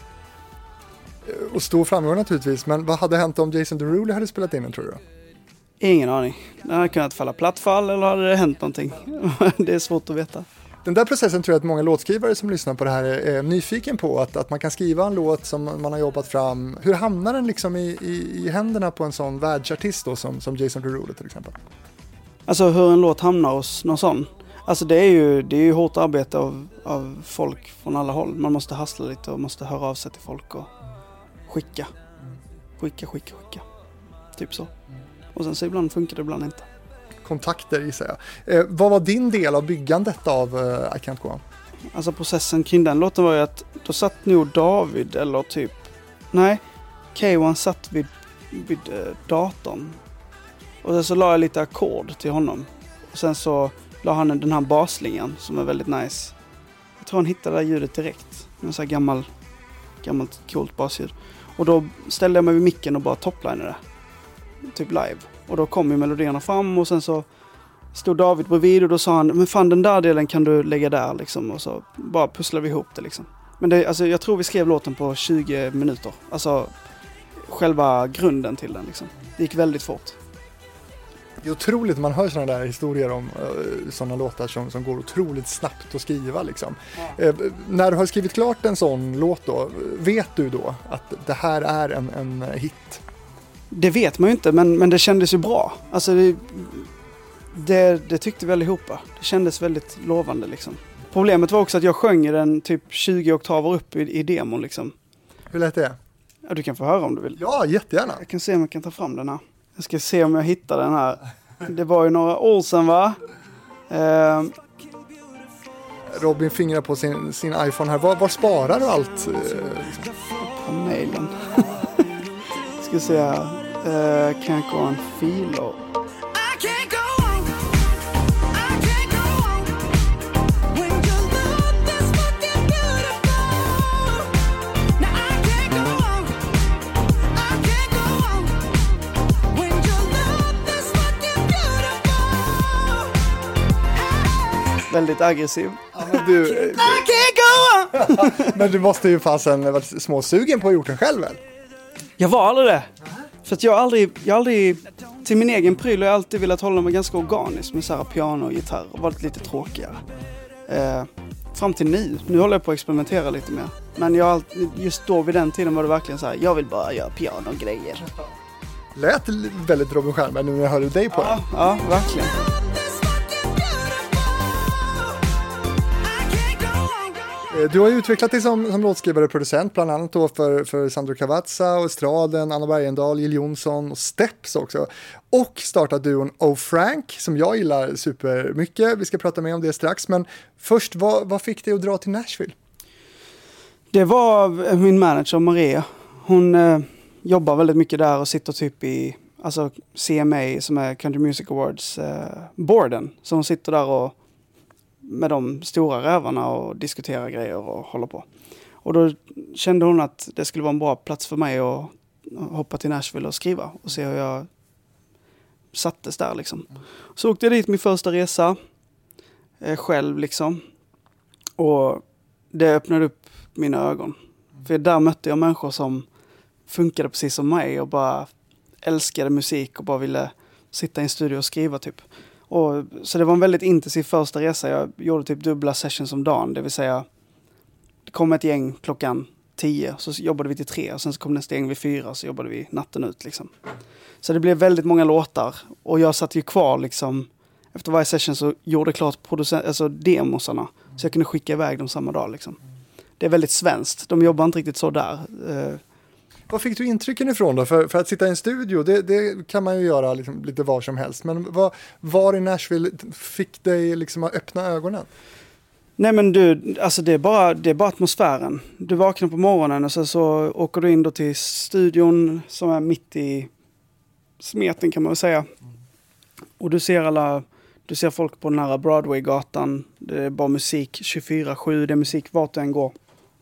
Och stor framgång naturligtvis, men vad hade hänt om Jason Derulo hade spelat in den, tror du? Ingen aning. Den hade kunnat falla plattfall, eller hade det hänt någonting? Det är svårt att veta. Den där processen tror jag att många låtskrivare som lyssnar på det här är nyfiken på, att, att man kan skriva en låt som man har jobbat fram. Hur hamnar den liksom i, i, i händerna på en sån världsartist då, som, som Jason Derulo till exempel? Alltså hur en låt hamnar hos någon sån. Alltså det är ju, det är ju hårt arbete av, av folk från alla håll. Man måste hassla lite och måste höra av sig till folk och skicka. Skicka, skicka, skicka. Typ så. Och sen så ibland funkar det, ibland inte. Kontakter i sig. Eh, vad var din del av byggandet av uh, I Can't Go On? Alltså processen kring den låten var ju att då satt nog David eller typ, nej, K ett satt vid, vid eh, datorn. Och sen så la jag lite ackord till honom. Och sen så la han den här baslingan som är väldigt nice. Jag tror han hittade det där ljudet direkt. En sån här gammal, gammalt coolt basljud. Och då ställde jag mig vid micken och bara toplinade det. Typ live. Och då kom ju melodierna fram, och sen så stod David bredvid och då sa han, men fan, den där delen kan du lägga där liksom. Och så bara pusslade vi ihop det liksom. Men det, alltså, jag tror vi skrev låten på tjugo minuter. Alltså själva grunden till den liksom. Det gick väldigt fort. Det är otroligt när man hör sådana där historier om uh, sådana låtar som, som går otroligt snabbt att skriva liksom. Ja. Uh, när du har skrivit klart en sån låt då, vet du då att det här är en, en hit? Det vet man ju inte, men, men det kändes ju bra. Alltså det, det, det tyckte vi allihopa. Det kändes väldigt lovande liksom. Problemet var också att jag sjöng den typ tjugo oktaver upp i, i demon liksom. Hur lät det? Ja, du kan få höra om du vill. Ja, jättegärna. Jag kan se om jag kan ta fram den här. Jag ska se om jag hittar den här. Det var ju några år sedan, va? Eh. Robin fingrar på sin, sin iPhone här. Var, var sparar du allt? Eh, liksom? På mailen. Ska se här. Uh, can't go on filer. Väldigt aggressiv. Ja, men, du, men du måste ju fasen varit småsugen på att ha gjort den själv väl? Jag var aldrig det. För att jag aldrig, jag aldrig, till min egen pryl har jag alltid velat hålla mig ganska organisk med så här piano och gitarr och varit lite tråkigare. Eh, fram till nu, nu håller jag på att experimentera lite mer. Men jag, just då vid den tiden var det verkligen så här, jag vill bara göra piano och grejer. Lät väldigt Robin Stjernberg nu när jag hörde dig på ja, den. Ja, verkligen. Du har ju utvecklat dig som, som låtskrivare och producent, bland annat då för, för Sandro Cavazza och Estraden, Anna Bergendahl, Jill Johnson och Steps också. Och startat duon O. Frank som jag gillar supermycket. Vi ska prata mer om det strax, men först, vad, vad fick dig att dra till Nashville? Det var min manager Maria. Hon eh, jobbar väldigt mycket där och sitter typ i alltså C M A som är Country Music Awards eh, boarden. Så hon sitter där och med de stora rävarna och diskuterar grejer och håller på. Och då kände hon att det skulle vara en bra plats för mig att hoppa till Nashville och skriva och se hur jag sattes där liksom. Så åkte jag dit min första resa eh, själv liksom. Och det öppnade upp mina ögon. För där mötte jag människor som funkade precis som mig och bara älskade musik och bara ville sitta i en studio och skriva typ. Och, så det var en väldigt intensiv första resa. Jag gjorde typ dubbla sessions om dagen. Det vill säga, det kom ett gäng klockan tio, så jobbade vi till tre. Och sen så kom nästa gäng vid fyra, så jobbade vi natten ut liksom. Så det blev väldigt många låtar. Och jag satt ju kvar liksom. Efter varje session så gjorde klart producent, alltså demosarna. Så jag kunde skicka iväg dem samma dag liksom. Det är väldigt svenskt. De jobbar inte riktigt så där. Uh, Vad fick du intrycken ifrån då? För, för att sitta i en studio, det, det kan man ju göra liksom, lite var som helst. Men vad, var i Nashville fick dig liksom att öppna ögonen? Nej men du, alltså det är bara, det är bara atmosfären. Du vaknar på morgonen och så, så åker du in då till studion som är mitt i smeten kan man väl säga. Och du ser alla, du ser folk på den här Broadwaygatan. Det är bara musik tjugofyra sju, det är musik vart du än går.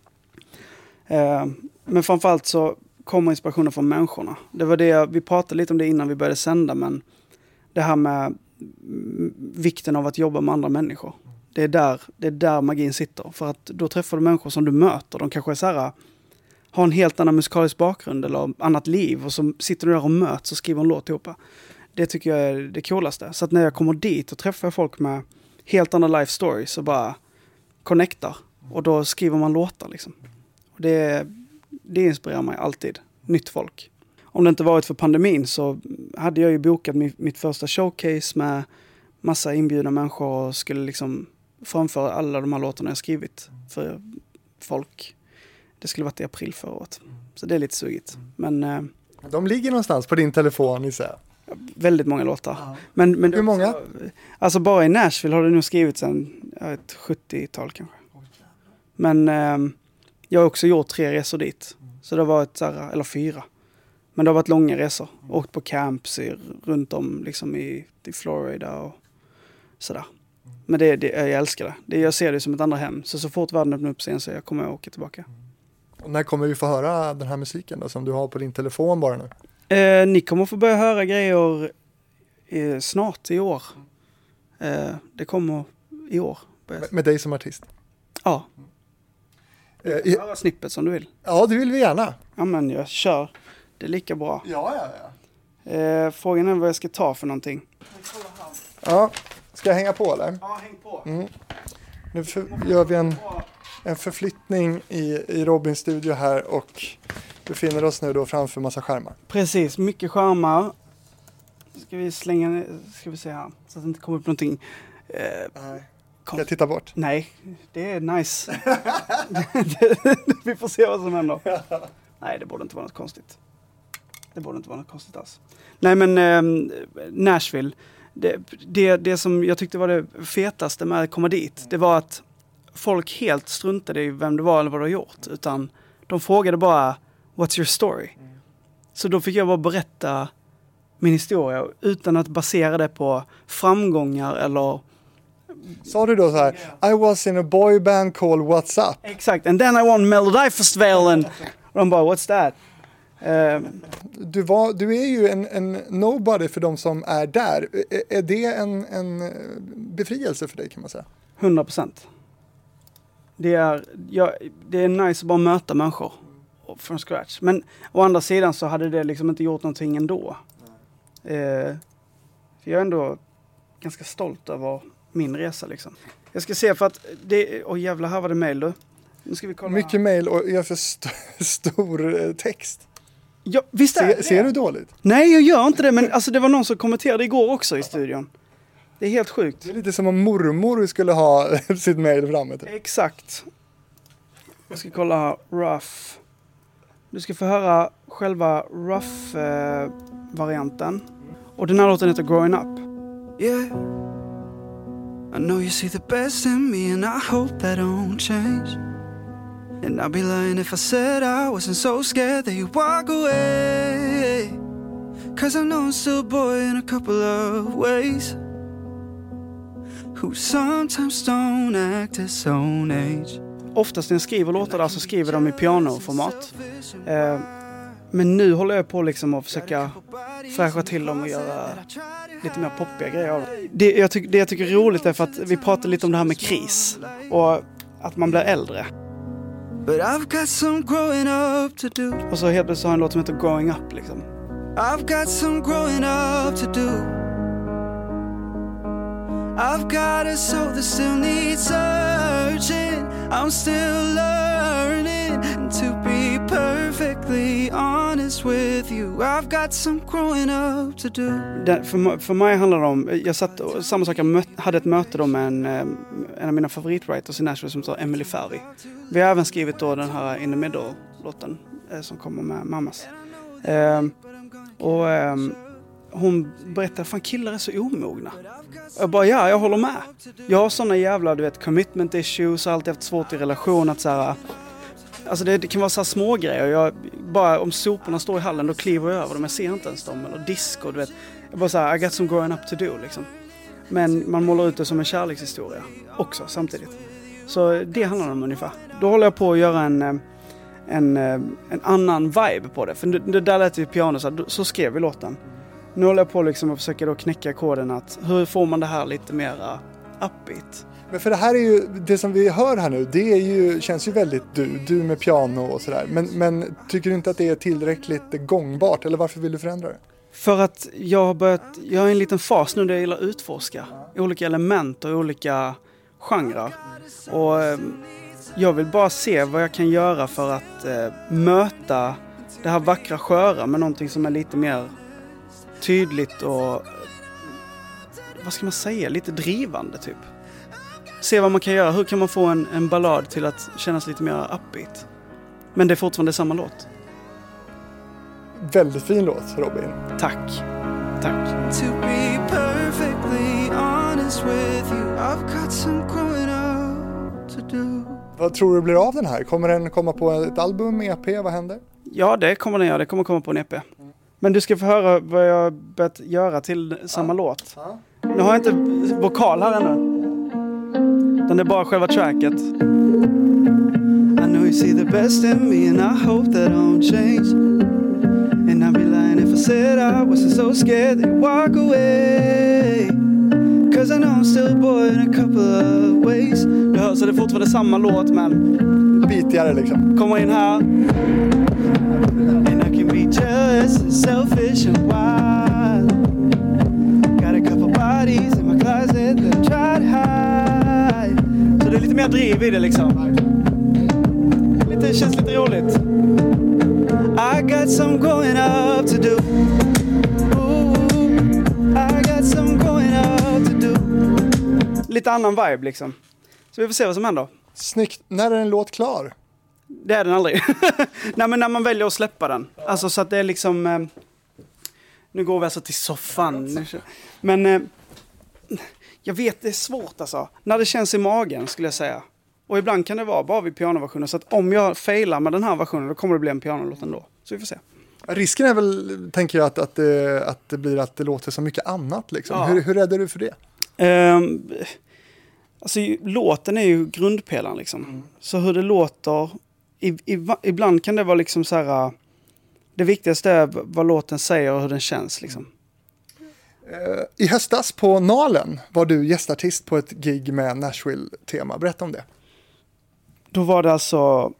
Eh, men framförallt så kommer inspirationen från människorna. Det var det, vi pratade lite om det innan vi började sända, men det här med vikten av att jobba med andra människor. Det är där, det är där magin sitter. För att då träffar du människor som du möter. De kanske är så här, har en helt annan musikalisk bakgrund eller annat liv. Och så sitter du där och möts och skriver en låt ihop. Det tycker jag är det coolaste. Så att när jag kommer dit och träffar folk med helt andra life stories så bara connectar. Och då skriver man låtar liksom. Och det, det inspirerar mig alltid. Nytt folk. Om det inte varit för pandemin så hade jag ju bokat mitt, mitt första showcase med massa inbjudna människor och skulle liksom framföra alla de här låtarna jag skrivit för folk. Det skulle varit i april förra året. Så det är lite sugigt. Men eh, de ligger någonstans på din telefon i sig. Väldigt många låtar. Ja. Men, men hur många? Också, alltså bara i Nashville har det nog skrivits en, ett sjuttiotal kanske. Men eh, jag har också gjort tre resor dit. Så det har varit så här, eller fyra. Men det har varit långa resor. Åkt på camps i, runt om liksom i, i Florida och sådär. Men det, det, jag älskar det. det. Jag ser det som ett andra hem. Så så fort världen öppnar upp sig så jag kommer att åka tillbaka. Och när kommer vi få höra den här musiken då, som du har på din telefon bara nu? Eh, ni kommer få börja höra grejer eh, snart i år. Eh, det kommer i år. Med, med dig som artist? Ja. Eh, du kan höra snippet som du vill. Ja, det vill vi gärna. Ja, men jag kör. Det är lika bra. Ja, ja, ja. Eh, frågan är vad jag ska ta för någonting. Ja, ska jag hänga på eller? Ja, häng på. Mm. Nu för, gör vi en, en förflyttning i, i Robins studio här och befinner oss nu då framför massa skärmar. Precis, mycket skärmar. Ska vi slänga ner, ska vi se här, så att det inte kommer upp någonting. Eh, Nej. Ska jag titta bort? Nej, det är nice. Vi får se vad som händer. Nej, det borde inte vara något konstigt. Det borde inte vara något konstigt alls. Nej, men eh, Nashville. Det, det, det som jag tyckte var det fetaste med att komma dit, det var att folk helt struntade i vem det var eller vad du har gjort. Utan de frågade bara, what's your story? Mm. Så då fick jag bara berätta min historia utan att basera det på framgångar eller... Sa du då så här, I was in a boy band called What's Up? Exakt, and then I won Melodifestivalen. Och de bara, what's that? Uh, du, var, du är ju en, en nobody för de som är där. Är, är det en, en befrielse för dig kan man säga? hundra procent. Det är, ja, det är nice att bara möta människor från scratch. Men å andra sidan så hade det liksom inte gjort någonting ändå. Uh, för jag är ändå ganska stolt över min resa liksom. Jag ska se för att det... Åh oh, jävlar, här var det mejl du. Nu ska vi kolla. Mycket mejl och jag för st- stor text. Ja, visst är Se, det. Ser du dåligt? Nej, jag gör inte det. Men alltså, det var någon som kommenterade igår också i studion. Det är helt sjukt. Det är lite som om mormor skulle ha sitt mejl framme. Typ. Exakt. Jag ska kolla här. Rough. Du ska få höra själva Rough-varianten. Eh, och den här låten heter Growing Up. Yeah, I know you see the best in me and I hope that don't change. And I'd be lying if I said I wasn't so scared that you'd walk away. Cause I know I'm still a boy in a couple of ways. who sometimes don't act his own age. Oftast när jag skriver låtar där så skriver de i pianoformat. Eh, men nu håller jag på liksom att försöka fräscha till dem och göra lite mer poppiga grejer av det. Det jag, tyck, det jag tycker är roligt är för att vi pratar lite om det här med kris och att man blir äldre. But I've got some growing up to do. Och så helt plötsligt har jag en låt som heter Growing Up liksom. I've got some growing up to do. I've got a soul that still needs searching. I'm still learning. And to be perfectly honest with you, I've got some growing up to do. Det, för, för mig handlar det om, jag satt, samma sak, jag mött, hade ett möte då med en, en av mina favoritwriters i Nashville som heter Emily Ferry. Vi har även skrivit då den här In the Middle-låten eh, som kommer med Mammas. Eh, och eh, hon berättade, fan killar är så omogna. Och jag bara, ja, jag håller med. Jag har såna jävla, du vet, commitment issues och alltid haft svårt i relation att så här, alltså det, det kan vara så här små grejer. Jag, bara om soporna står i hallen, då kliver jag över dem. Jag ser inte ens dem. Eller disco, du vet. Jag bara så här, I got some growing up to do, liksom. Men man målar ut det som en kärlekshistoria också, samtidigt. Så det handlar om ungefär. Då håller jag på att göra en, en, en annan vibe på det. För det, det där lät ju piano, så, så skrev vi låten. Nu håller jag på liksom att försöka då knäcka koden att hur får man det här lite mer upbeat. Men för det här är ju, det som vi hör här nu, det är ju, känns ju väldigt du, du med piano och sådär. Men, men tycker du inte att det är tillräckligt gångbart, eller varför vill du förändra det? För att jag har börjat, jag har en liten fas nu där jag gillar att utforska olika element och olika genrer. Och eh, jag vill bara se vad jag kan göra för att eh, möta det här vackra sköra med någonting som är lite mer tydligt och, vad ska man säga, lite drivande typ. Se vad man kan göra, hur kan man få en, en ballad till att kännas lite mer upbeat. Men det är fortfarande samma låt. Väldigt fin låt, Robin. Tack. Tack. To be perfectly honest with you, I've got some growing up to do. Vad tror du blir av den här? Kommer den komma på ett album, E P? Vad händer? Ja, det kommer den göra. Det kommer komma på en E P. Men du ska få höra vad jag har börjat göra till samma ja. låt. Ja. Nu har jag inte vokal här ännu. Den är bara själva tracket. I know you see the best in me and I hope that don't change. And I'd be lying if I said I wasn't so scared that you'd walk away. Cause I know I'm still a boy in a couple of ways. Du hör, så det är fortfarande samma låt, men bitigare liksom. Kommer in här. And I can be jealous and selfish and wild. Got a couple bodies in my closet that I tried to hide. Så det är lite mer driv i det liksom. Det känns lite roligt. I got some going up to do. Ooh, I got some going up to do. Lite annan vibe liksom. Så vi får se vad som händer. Snyggt. När är en låt klar? Det är den aldrig. Nej, men när man väljer att släppa den. Alltså så att det är liksom... Eh, nu går vi alltså till soffan. Men eh, jag vet, det är svårt alltså. När det känns i magen skulle jag säga. Och ibland kan det vara bara vid pianoversionen. Så att om jag failar med den här versionen, då kommer det bli en pianolåt ändå. Så vi får se. Risken är väl, tänker jag, att, att, det, att det blir att det låter så mycket annat. Liksom. Ja. Hur, hur räddar du för det? Um, alltså, låten är ju grundpelaren. Liksom. Mm. Så hur det låter... I, i, ibland kan det vara liksom så här... Det viktigaste är vad låten säger och hur den känns. Liksom. I höstas på Nalen var du gästartist på ett gig med Nashville-tema. Berätta om det. Då var det alltså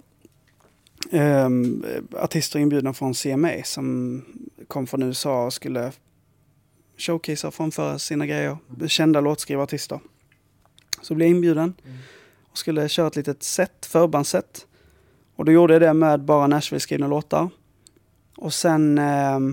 um, artister inbjudna från C M A som kom från U S A och skulle showcasea och framföra sina grejer. Kända låtskrivarartister. Så blev jag inbjuden och skulle köra ett litet set, förbandsset. Och då gjorde jag det med bara Nashville-skrivna låtar. Och sen um,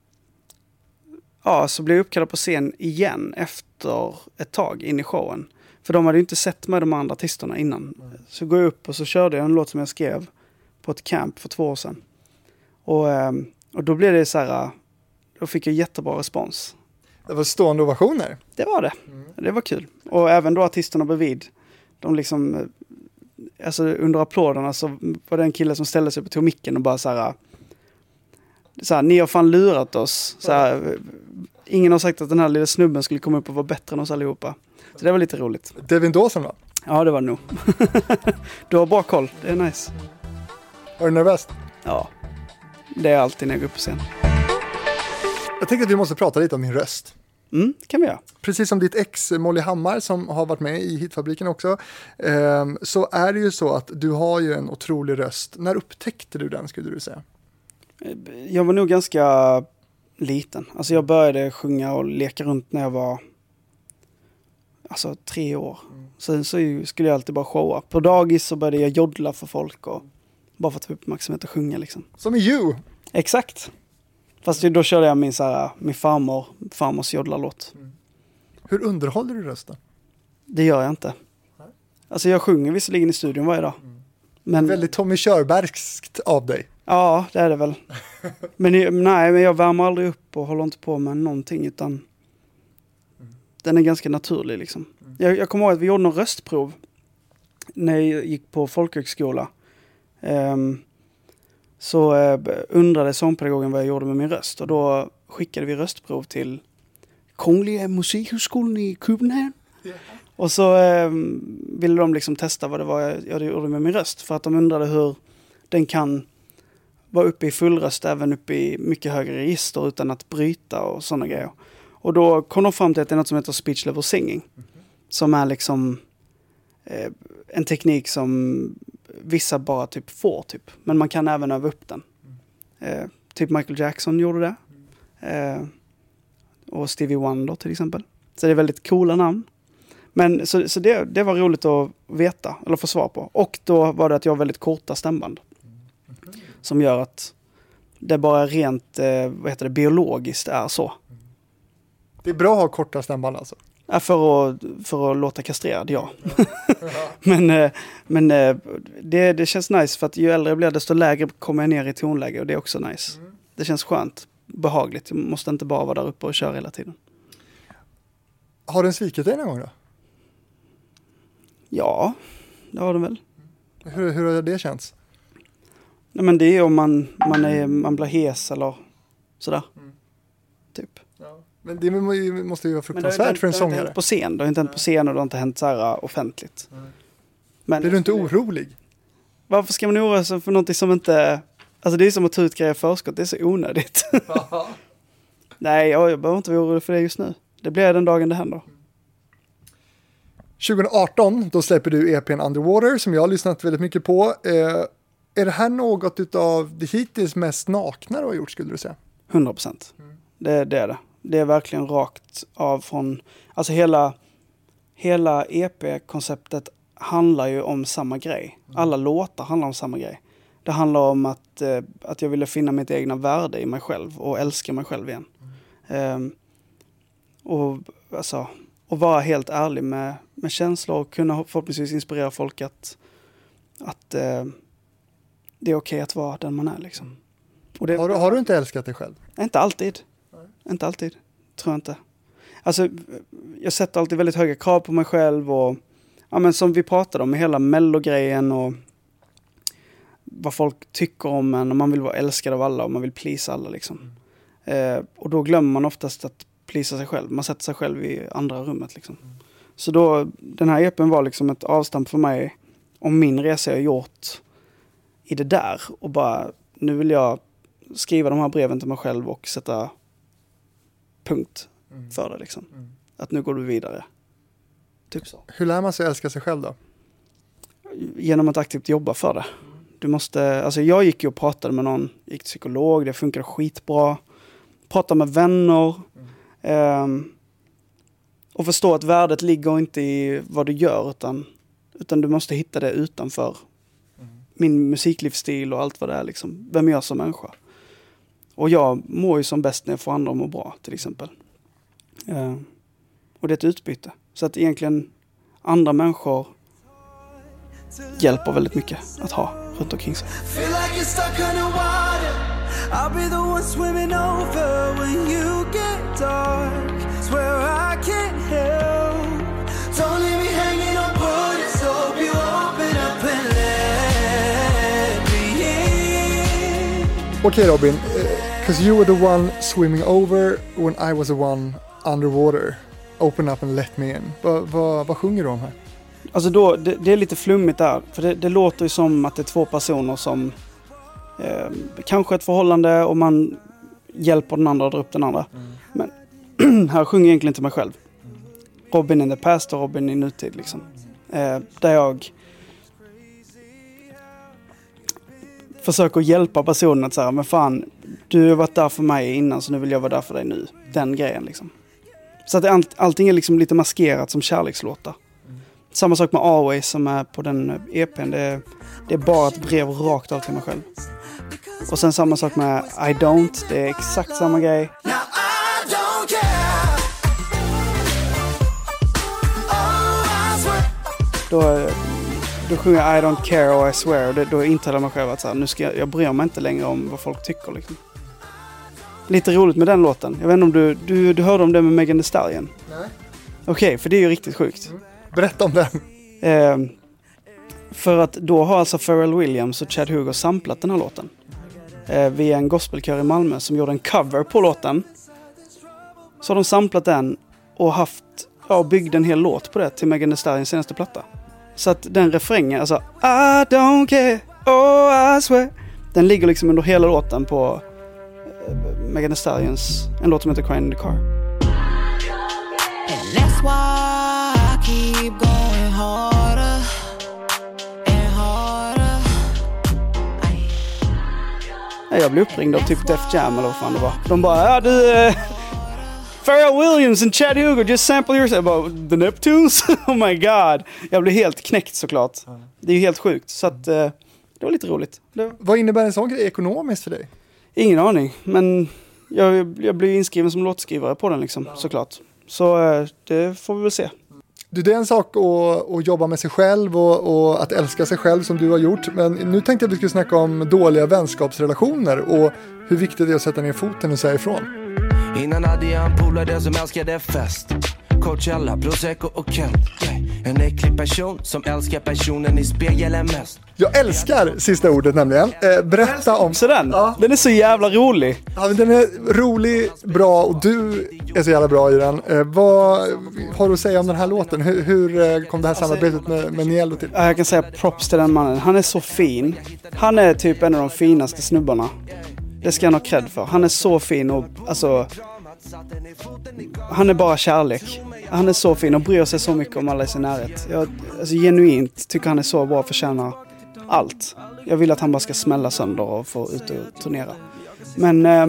ja, så blev jag uppkallad på scen igen efter ett tag in i showen. För de hade ju inte sett med de andra artisterna innan. Mm. Så går jag upp och så körde jag en låt som jag skrev på ett camp för två år sedan. Och, och då blev det så här, då fick jag jättebra respons. Det var stående ovationer. Det var det. Mm. Det var kul. Och även då artisterna bredvid, de liksom, alltså under applåderna så var det en kille som ställde sig upp och tog micken och bara så här, så här, ni har fan lurat oss. Så här, ingen har sagt att den här lilla snubben skulle komma upp och vara bättre än oss allihopa. Så det var lite roligt. Devin Dawson va? Ja, det var det nog. Du har bra koll, det är nice. Är du nervös? Ja, det är alltid när jag går upp på scen. Jag tänkte att vi måste prata lite om min röst. Mm, det kan vi göra. Precis som ditt ex Molly Hammar som har varit med i Hitfabriken också, eh, så är det ju så att du har ju en otrolig röst. När upptäckte du den skulle du säga? Jag var nog ganska liten. Alltså jag började sjunga och leka runt när jag var alltså tre år. Mm. Sen så skulle jag alltid bara showa. På dagis så började jag joddla för folk och bara för att få uppmärksamhet och sjunga liksom. Som i You! Exakt. Fast då körde jag min, så här, min farmor, farmors joddlarlåt. Mm. Hur underhåller du rösten? Det gör jag inte. Nej. Alltså jag sjunger visserligen i studion varje dag. Mm. Men... Väldigt Tommy Körbergskt av dig. Ja, det är det väl. men nej, men jag värmer aldrig upp och håller inte på med någonting utan mm. den är ganska naturlig liksom. Mm. Jag, jag kommer ihåg att vi gjorde någon röstprov när jag gick på folkhögskola. Um, så uh, undrade sångpedagogen vad jag gjorde med min röst och då skickade vi röstprov till Kungliga Musikhögskolan i Köpenhamn. Yeah. Och så um, ville de liksom testa vad det var jag, jag gjorde med min röst för att de undrade hur den kan vara uppe i full röst även uppe i mycket högre register utan att bryta och sådana grejer. Och då kom de fram till att det är något som heter speech level singing. Mm-hmm. Som är liksom eh, en teknik som vissa bara typ får typ. Men man kan även öva upp den. Mm. Eh, typ Michael Jackson gjorde det. Mm. Eh, och Stevie Wonder till exempel. Så det är väldigt coola namn. Men så, så det, det var roligt att veta eller få svar på. Och då var det att jag har väldigt korta stämband. Mm. Som gör att det bara rent eh, vad heter det, biologiskt är så. Det är bra att ha korta stämband alltså? Ja, för att, för att låta kastrerad, ja. men eh, men eh, det, det känns nice för att ju äldre jag blir desto lägre kommer jag ner i tonläge och det är också nice. Mm. Det känns skönt, behagligt. Jag måste inte bara vara där uppe och köra hela tiden. Har den svikit dig någon gång då? Ja, det har den väl. Hur, hur har det känts? Nej, men det är om man, man, är, man blir hes eller sådär. Mm. Typ. Ja. Men det måste ju vara fruktansvärt det, för en det, sångare. Det har inte hänt på scen. Det har inte hänt på scen och det har inte hänt så här offentligt. Mm. Men, blir du inte orolig? Varför ska man oroa sig för någonting som inte... Alltså det är som att ta ut grejer i förskott. Det är så onödigt. Nej, jag, jag behöver inte vara orolig för det just nu. Det blir den dagen det händer. tjugo arton, då släpper du E P:n Underwater som jag har lyssnat väldigt mycket på. Eh, är det här något av det hittills mest nakna du har gjort skulle du säga? hundra procent. Mm. Det, det är det. Det är verkligen rakt av från... Alltså hela, hela E P-konceptet handlar ju om samma grej. Alla låtar handlar om samma grej. Det handlar om att, eh, att jag ville finna mitt egna värde i mig själv och älska mig själv igen. Mm. Um, och alltså... Och vara helt ärlig med, med känslor och kunna förhoppningsvis inspirera folk att, att eh, det är okej att vara den man är. Liksom. Och det, har, du, har du inte älskat dig själv? Inte alltid. Nej. Inte alltid. Tror jag inte. Alltså, jag sätter alltid väldigt höga krav på mig själv. Och, ja, men som vi pratade om, hela mellogrejen och vad folk tycker om en. Och man vill vara älskad av alla och man vill please alla. Liksom. Mm. Eh, och då glömmer man oftast att plisa sig själv. Man sätter sig själv i andra rummet liksom. Mm. Så då, den här E P:n var liksom ett avstamp för mig om min resa jag gjort i det där. Och bara, nu vill jag skriva de här breven till mig själv och sätta punkt mm. för det liksom. Mm. Att nu går du vidare. Typ så. Hur lär man sig älska sig själv då? Genom att aktivt jobba för det. Mm. Du måste, alltså jag gick ju och pratade med någon, gick till psykolog, det funkade skitbra. Pratade med vänner. Mm. Um, och förstå att värdet ligger inte i vad du gör utan, utan du måste hitta det utanför mm. min musiklivsstil och allt vad det är liksom. Vem jag är som människa. Och jag mår ju som bäst när jag får andra att må bra till exempel. Uh, och det är ett utbyte. Så att egentligen andra människor hjälper väldigt mycket att ha runt omkring sig. I'll be the one swimming over when you get dark. Swear I can't help. Don't leave me hanging on bullets. Hope you open up and let me in. Okay, Robin, because uh, you were the one swimming over when I was the one underwater. Open Up and Let Me In. Va, va, vad sjunger du om här? Alltså då, det, det är lite flummigt där. För det, det låter ju som att det är två personer som eh, kanske ett förhållande och man hjälper den andra att dra upp den andra. Mm. Men här sjunger jag egentligen inte mig själv. Robin in the past och Robin i nutid liksom. Eh, där jag försöker hjälpa personen att säga, men fan, du har varit där för mig innan så nu vill jag vara där för dig nu. Den grejen liksom. Så att all, allting är liksom lite maskerat som kärlekslåtar. Mm. Samma sak med Always som är på den E P:n. Det är, det är bara ett brev rakt av till mig själv. Och sen samma sak med I Don't. Det är exakt samma grej. Då, då sjunger jag I Don't Care och I Swear. Och det, då intalar mig själv att så här, nu ska jag, jag bryr mig inte längre om vad folk tycker. Liksom. Lite roligt med den låten. Jag vet inte om du, du, du hörde om det med Megan Thee Stallion? Nej. Okej, okay, för det är ju riktigt sjukt. Mm. Berätta om den. Eh, för att då har alltså Pharrell Williams och Chad Hugo samplat den här låten. Eh, via en gospelkör i Malmö som gjorde en cover på låten. Så har de samplat den och haft, ja, byggde en hel låt på det till Megan Thee Stallions senaste platta. Så att den refrängen, alltså I don't care, oh I swear, den ligger liksom under hela låten på uh, Megan Thee Stallions, en låt som heter Crying in the Car. And that's why I keep going harder and harder. Ja, jag blev uppringd av typ Def Jam eller vad fan det var. De bara, ja du... Uh, Pharrell Williams and Chad Hugo just sample yours about the Neptunes. Oh my god. Jag blev helt knäckt såklart. Det är ju helt sjukt. Så att, eh, det var lite roligt. Var... Vad innebär en sån grej ekonomiskt för dig? Ingen aning. Men jag, jag blev inskriven som låtskrivare på den liksom, såklart. Så eh, det får vi väl se. Du, det är en sak att, att jobba med sig själv och, och att älska sig själv som du har gjort. Men nu tänkte jag att vi skulle snacka om dåliga vänskapsrelationer och hur viktigt det är att sätta ner foten och säga ifrån. Innan hade jag en polare som älskade fest, Coachella, Prosecco och Kent, yeah. En äcklig person som älskar personen i spegeln mest. Jag älskar sista ordet nämligen. eh, Berätta om så den, ja. Den är så jävla rolig. Ja, men den är rolig, bra och du är så jävla bra i den. eh, Vad har du att säga om den här låten? Hur, hur kom det här samarbetet med, med Niello till? Jag kan säga props till den mannen. Han är så fin. Han är typ en av de finaste snubbarna. Det ska han ha cred för. Han är så fin och alltså, han är bara kärlek. Han är så fin och bryr sig så mycket om alla i sin närhet. Jag alltså, genuint tycker han är så bra och förtjänar allt. Jag vill att han bara ska smälla sönder och få ut och turnera. Men, eh,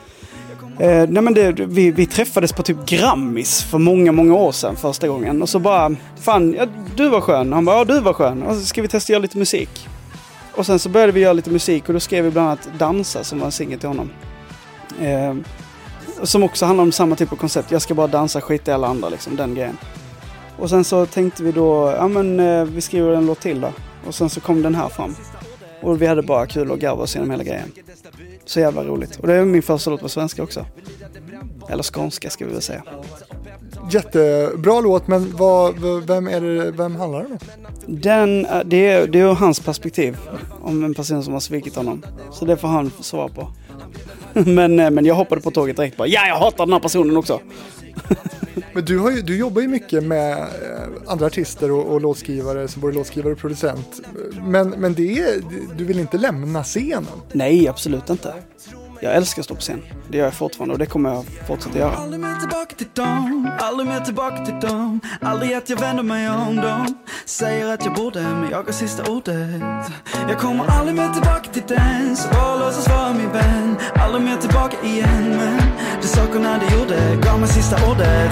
eh, nej men det, vi, vi träffades på typ Grammis för många, många år sedan första gången. Och så bara, fan, ja, du var skön. Han bara, ja du var skön. Och så ska vi testa att göra lite musik. Och sen så började vi göra lite musik och då skrev vi bland annat Dansa som var en singel till honom. Eh, som också handlar om samma typ av koncept. Jag ska bara dansa, skita i alla andra liksom, den grejen. Och sen så tänkte vi då, ja men eh, vi skriver en låt till då. Och sen så kom den här fram. Och vi hade bara kul och garva oss genom hela grejen. Så jävla roligt. Och det är min första låt på svenska också. Eller skånska ska vi väl säga. Jättebra låt, men vad, vem, är det, vem handlar den om? Den, det är, det är hans perspektiv om en person som har svikit honom. Så det får han svara på. men, men jag hoppade på tåget direkt bara, ja jag hatar den här personen också. Men du, har ju, du jobbar ju mycket med andra artister och, och låtskrivare, som både låtskrivare och producent. Men, men det är, du vill inte lämna scenen? Nej, absolut inte. Jag älskar att stå på scen. Det gör jag fortfarande och det kommer jag fortsätta göra. Aldrig mer tillbaka till dem, aldrig mer tillbaka till dem. Aldrig att jag vänder mig om dem. Säger att jag borde, men jag har sista ordet. Jag kommer aldrig mer tillbaka till den, så bara låtsas vara min vän. Aldrig mer tillbaka igen, men de sakerna du gjorde gav mig sista ordet.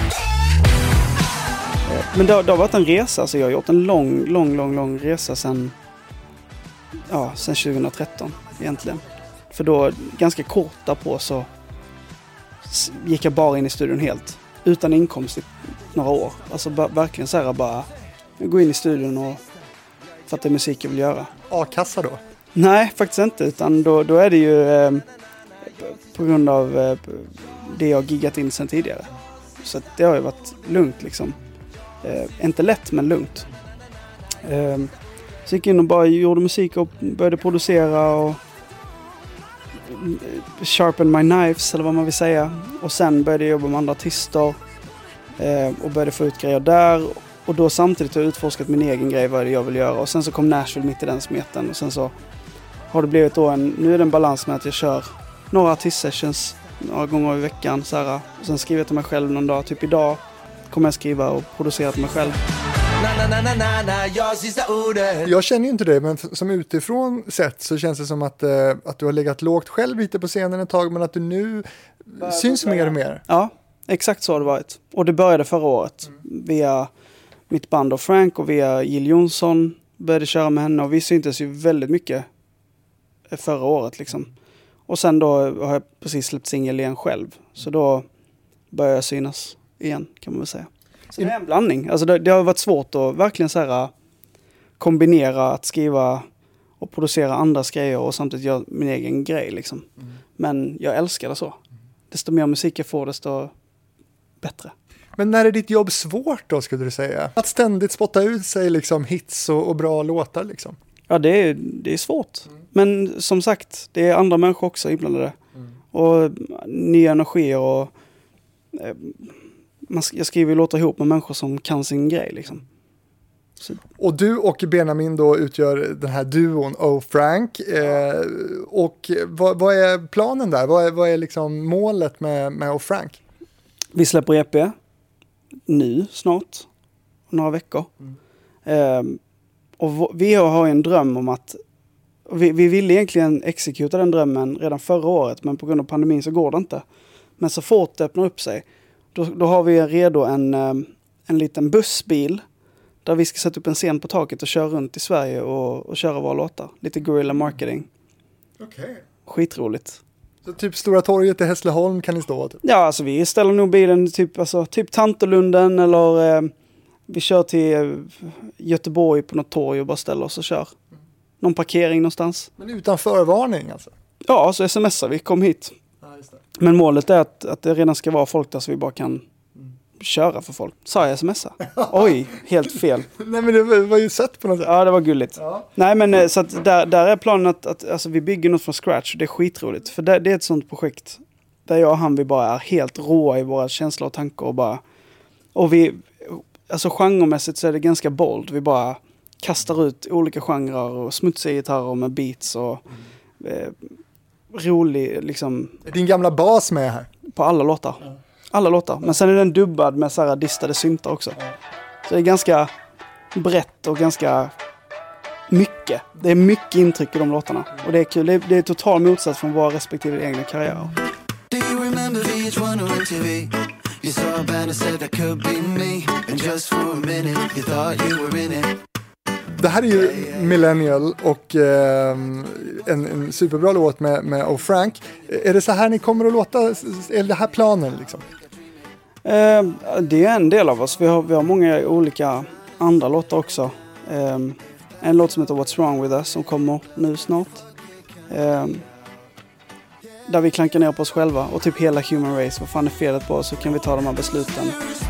Men det har, det har varit en resa, så jag har gjort en lång, lång, lång, lång resa sen, ja, sen tjugohundratretton egentligen. För då, ganska kort därpå så gick jag bara in i studion helt. Utan inkomst i några år. Alltså ba- verkligen så här bara gå in i studion och för att det är musik jag vill göra. A-kassa då? Nej, faktiskt inte. Utan då, då är det ju eh, på grund av eh, det jag giggat in sen tidigare. Så att det har ju varit lugnt liksom. Eh, inte lätt, men lugnt. Eh, så gick in och bara gjorde musik och började producera och sharpen my knives eller vad man vill säga. Och sen började jag jobba med andra artister. Eh, och började få ut grejer där. Och då samtidigt har jag utforskat min egen grej, vad det jag vill göra. Och sen så kom Nashville mitt i den smeten. Och sen så har det blivit då en, nu är det en balans med att jag kör några artistsessions några gånger i veckan. Så här, och sen skriver jag till mig själv någon dag. Typ idag kommer jag skriva och producera till mig själv. Na, na, na, na, na, jag sista ordet. Jag känner ju inte det, men som utifrån sett så känns det som att, eh, att du har legat lågt själv lite på scenen ett tag, men att du nu syns mer och mer. Ja, exakt så har det varit. Och det började förra året mm. via mitt band och Frank och via Jill Johnson började köra med henne och vi syntes ju väldigt mycket förra året liksom. Och sen då har jag precis släppt singel igen själv. Så då börjar jag synas igen kan man väl säga. Så det är en blandning. Alltså det, det har varit svårt att verkligen så här, kombinera att skriva och producera andras grejer och samtidigt göra min egen grej liksom. Mm. Men jag älskar det så. Desto mer musik jag får, desto bättre. Men när är ditt jobb svårt då, skulle du säga? Att ständigt spotta ut sig liksom hits och, och bra låtar liksom. Ja, det är, det är svårt. Mm. Men som sagt, det är andra människor också inblandade. Mm. Och nya energier och eh, man, jag skriver låtar ihop med människor som kan sin grej liksom. Så. Och du och Benjamin då utgör den här duon O Frank. Eh, och vad, vad är planen där? Vad är, vad är liksom målet med, med O Frank? Vi släpper E P nu snart, några veckor. Mm. Eh, och vi har en dröm om att vi, vi ville egentligen exekuta den drömmen redan förra året, men på grund av pandemin så går det inte. Men så fort det öppnar upp sig, då, då har vi redo en, en liten bussbil där vi ska sätta upp en scen på taket och köra runt i Sverige och, och köra våra låtar. Lite guerrilla marketing. Okej. Okay. Skitroligt. Så typ Stora torget i Hässleholm kan ni stå? Typ. Ja, alltså vi ställer nog bilen typ, alltså, typ Tantolunden eller eh, vi kör till eh, Göteborg på något torg och bara ställer oss och kör. Mm. Någon parkering någonstans. Men utan förvarning alltså? Ja, så smsar vi, kom hit. Ja, just det. Men målet är att, att det redan ska vara folk där så vi bara kan mm. köra för folk. Sa jag smsa? Oj, helt fel. Nej, men det var ju sött på något sätt. Ja, det var gulligt. Ja. Nej, men så att där, där är planen att, att alltså, vi bygger något från scratch. Det är skitroligt. För det, det är ett sånt projekt där jag och han vi bara är helt råa i våra känslor och tankar och bara... Och vi... Alltså genremässigt så är det ganska bold. Vi bara kastar ut olika genrer och smutsiga gitarrer med beats och mm. eh, rolig liksom... Är din gamla bas med här? På alla låtar. Ja. Alla låtar. Men sen är den dubbad med så här distade syntar också. Ja. Så det är ganska brett och ganska mycket. Det är mycket intryck i de låtarna. Och det är kul. Det är, det är total motsats från våra respektive egna karriärer. Do you remember V H one on M T V? You saw a band and said that could be me. And just for a minute you thought you were in it. Det här är ju Millennial och eh, en, en superbra låt med, med O Frank. Är det så här ni kommer att låta? Är det här planen liksom? Eh, det är en del av oss. Vi har, vi har många olika andra låtar också. Eh, en låt som heter What's Wrong With Us som kommer nu snart. Eh, där vi klankar ner på oss själva och typ hela human race. Vad fan är felet på oss så kan vi ta de här besluten.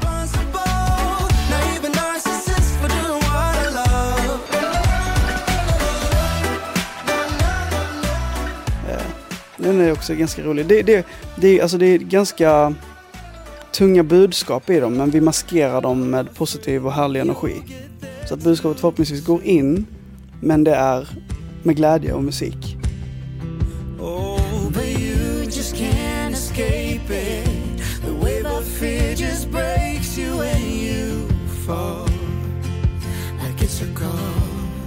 Den är också ganska rolig. Det, det, det, alltså det är ganska tunga budskap i dem, men vi maskerar dem med positiv och härlig energi. Så att budskapet förhoppningsvis går in, men det är med glädje och musik. Oh, but you just can't escape it. The wave of fear just breaks you when you fall. Like it's a call.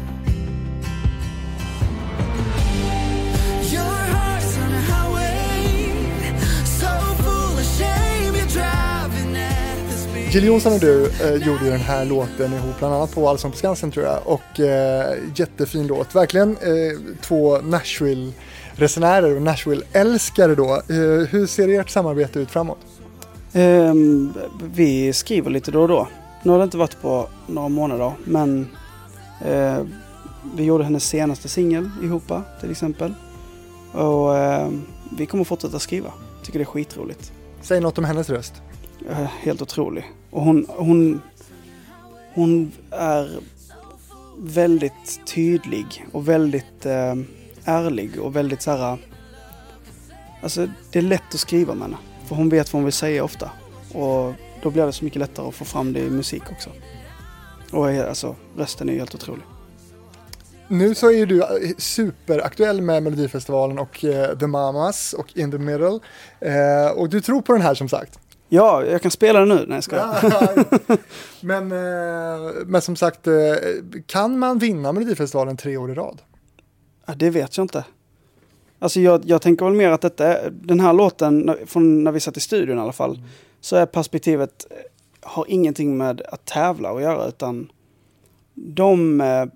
Your heart's on a highway. So full of shame you're driving at the speed. Jill Johnson och du eh, gjorde den här låten ihop bland annat på Allsång på Skansen tror jag. Och eh, jättefin låt. Verkligen eh, två Nashville-resenärer och Nashville-älskare då. Eh, hur ser ert samarbete ut framåt? Um, vi skriver lite då och då. Nu har det inte varit på några månader, men uh, vi gjorde hennes senaste singel ihop till exempel. Och uh, vi kommer fortsätta skriva. Tycker det är skitroligt. Säg något om hennes röst. Uh, helt otrolig. Och hon, hon, hon är väldigt tydlig och väldigt uh, ärlig och väldigt så här. Alltså det är lätt att skriva med henne. För hon vet vad hon vill säga ofta. Och då blir det så mycket lättare att få fram det i musik också. Och alltså, rösten är ju helt otrolig. Nu så är du superaktuell med Melodifestivalen och eh, The Mamas och In the Middle. Eh, och du tror på den här som sagt. Ja, jag kan spela den nu när jag ska. Ja, men, eh, men som sagt, eh, kan man vinna Melodifestivalen tre år i rad? Ja, det vet jag inte. Alltså jag, jag tänker väl mer att detta är, den här låten, från när vi satt i studion i alla fall, mm. så är perspektivet, har ingenting med att tävla att göra, utan de eh,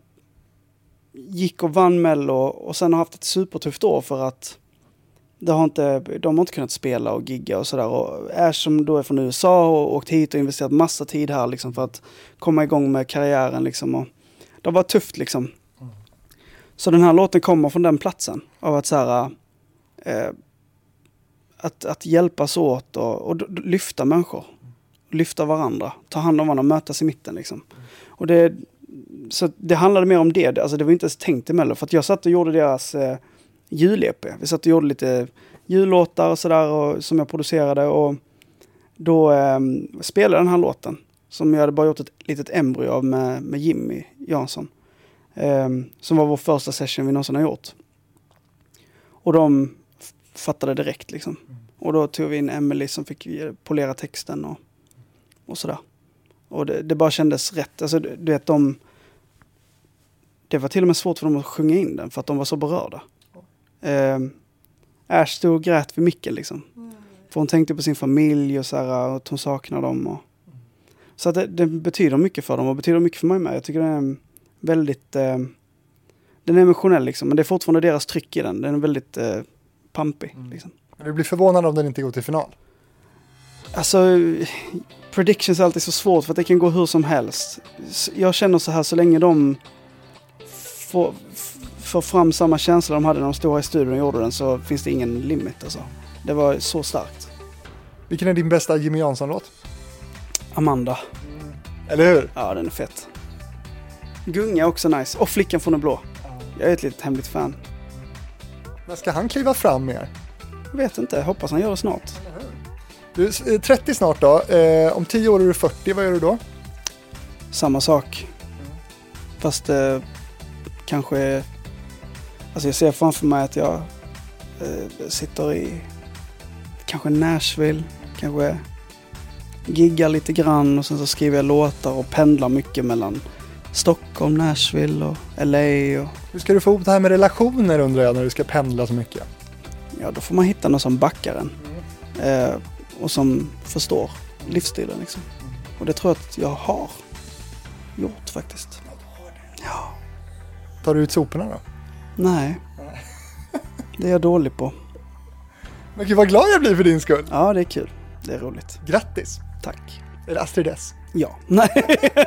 gick och vann Mello och sen har haft ett supertufft år för att det har inte, de har inte kunnat spela och gigga och sådär. Och Ash som då är från U S A och åkt hit och investerat massa tid här liksom för att komma igång med karriären liksom. Och det var tufft liksom. Mm. Så den här låten kommer från den platsen av att så här, eh, att, att hjälpas åt och, och lyfta människor. Lyfta varandra. Ta hand om varandra och mötas i mitten liksom. Mm. Och det, så det handlade mer om det. Alltså det var inte ens tänkt i Mello. För att jag satt och gjorde deras eh, jul-E P. Vi satt och gjorde lite jullåtar och sådär som jag producerade. Och då eh, spelade den här låten. Som jag hade bara gjort ett litet embryo av med, med Jimmy Jansson. Eh, som var vår första session vi någonsin har gjort. Och de f- fattade direkt liksom. Mm. Och då tog vi in Emily som fick polera texten och, och sådär. Och det, det bara kändes rätt. Alltså du vet, de... Det var till och med svårt för dem att sjunga in den för att de var så berörda. Mm. Eh, Ash stod och grät vid micken liksom. Mm. För hon tänkte på sin familj och så här, och att hon saknar dem. Och... Mm. Så att det, det betyder mycket för dem och betyder mycket för mig med. Jag tycker den är väldigt... Eh, den är emotionell liksom, men det är fortfarande deras tryck i den. Den är väldigt eh, pampig mm. liksom. Du blir förvånad om den inte går till final? Alltså, predictions är alltid så svårt för att det kan gå hur som helst. Jag känner så här, så länge de får, får fram samma känsla de hade när de stod här i studion och gjorde den, så finns det ingen limit alltså. Det var så starkt. Vilken är din bästa Jimmy Jansson-låt? Amanda. Mm. Eller hur? Ja, den är fett. Gunga är också nice. Och Flickan från det blå. Jag är ett litet hemligt fan. När ska han kliva fram mer? Jag vet inte, jag hoppas han gör det snart. Du är trettio snart då. Eh, om tio år är du fyrtio, vad gör du då? Samma sak. Mm. Fast eh, kanske... Alltså jag ser framför mig att jag eh, sitter i kanske Nashville. Kanske giggar lite grann och sen så skriver jag låtar och pendlar mycket mellan Stockholm, Nashville och L A. Och... Hur ska du få ihop det här med relationer, undrar jag, när du ska pendla så mycket? Ja, då får man hitta någon som backar en. Mm. Eh, och som förstår livsstilen liksom. Mm. Och det tror jag att jag har gjort faktiskt. Ja. Tar du ut soporna då? Nej. Det är jag dålig på. Men gud, vad glad jag blir för din skull. Ja, det är kul. Det är roligt. Grattis. Tack. Är det Astrid S? Ja. Nej.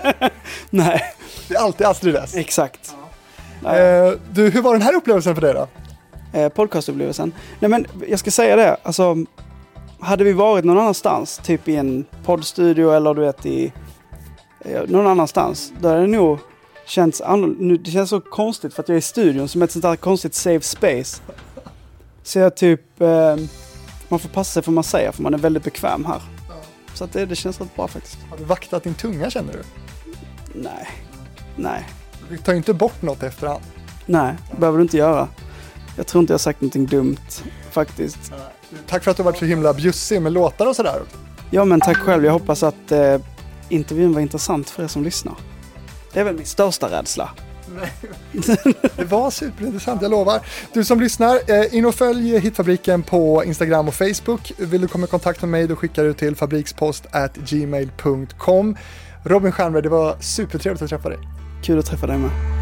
Nej. Det är alltid Astrid S. Exakt. Ja. Eh, du, hur var den här upplevelsen för dig då? Eh, podcastupplevelsen. Nej, men jag ska säga det. Alltså, hade vi varit någon annanstans, typ i en poddstudio eller du vet i eh, någon annanstans, då är det nog känns annorlunda. Det känns så konstigt för att jag är i studion som ett sånt där konstigt safe space. Så jag typ eh, man får passa sig för vad man säger, för man är väldigt bekväm här. Ja. Så att det, det känns rätt bra faktiskt. Har du vaktat din tunga, känner du? Nej. Nej. Du tar inte bort något efterhand. Nej, det behöver du inte göra. Jag tror inte jag har sagt någonting dumt faktiskt. Ja. Tack för att du har varit så himla bjussig med låtar och sådär. Ja, men tack själv. Jag hoppas att eh, intervjun var intressant för er som lyssnar. Det är väl min största rädsla. Nej. Det var superintressant, jag lovar. Du som lyssnar, eh, in och följ Hitfabriken på Instagram och Facebook. Vill du komma i kontakt med mig, då skickar du till fabrikspost at gmail punkt com. Robin Stjernberg, det var supertrevligt att träffa dig. Kul att träffa dig med.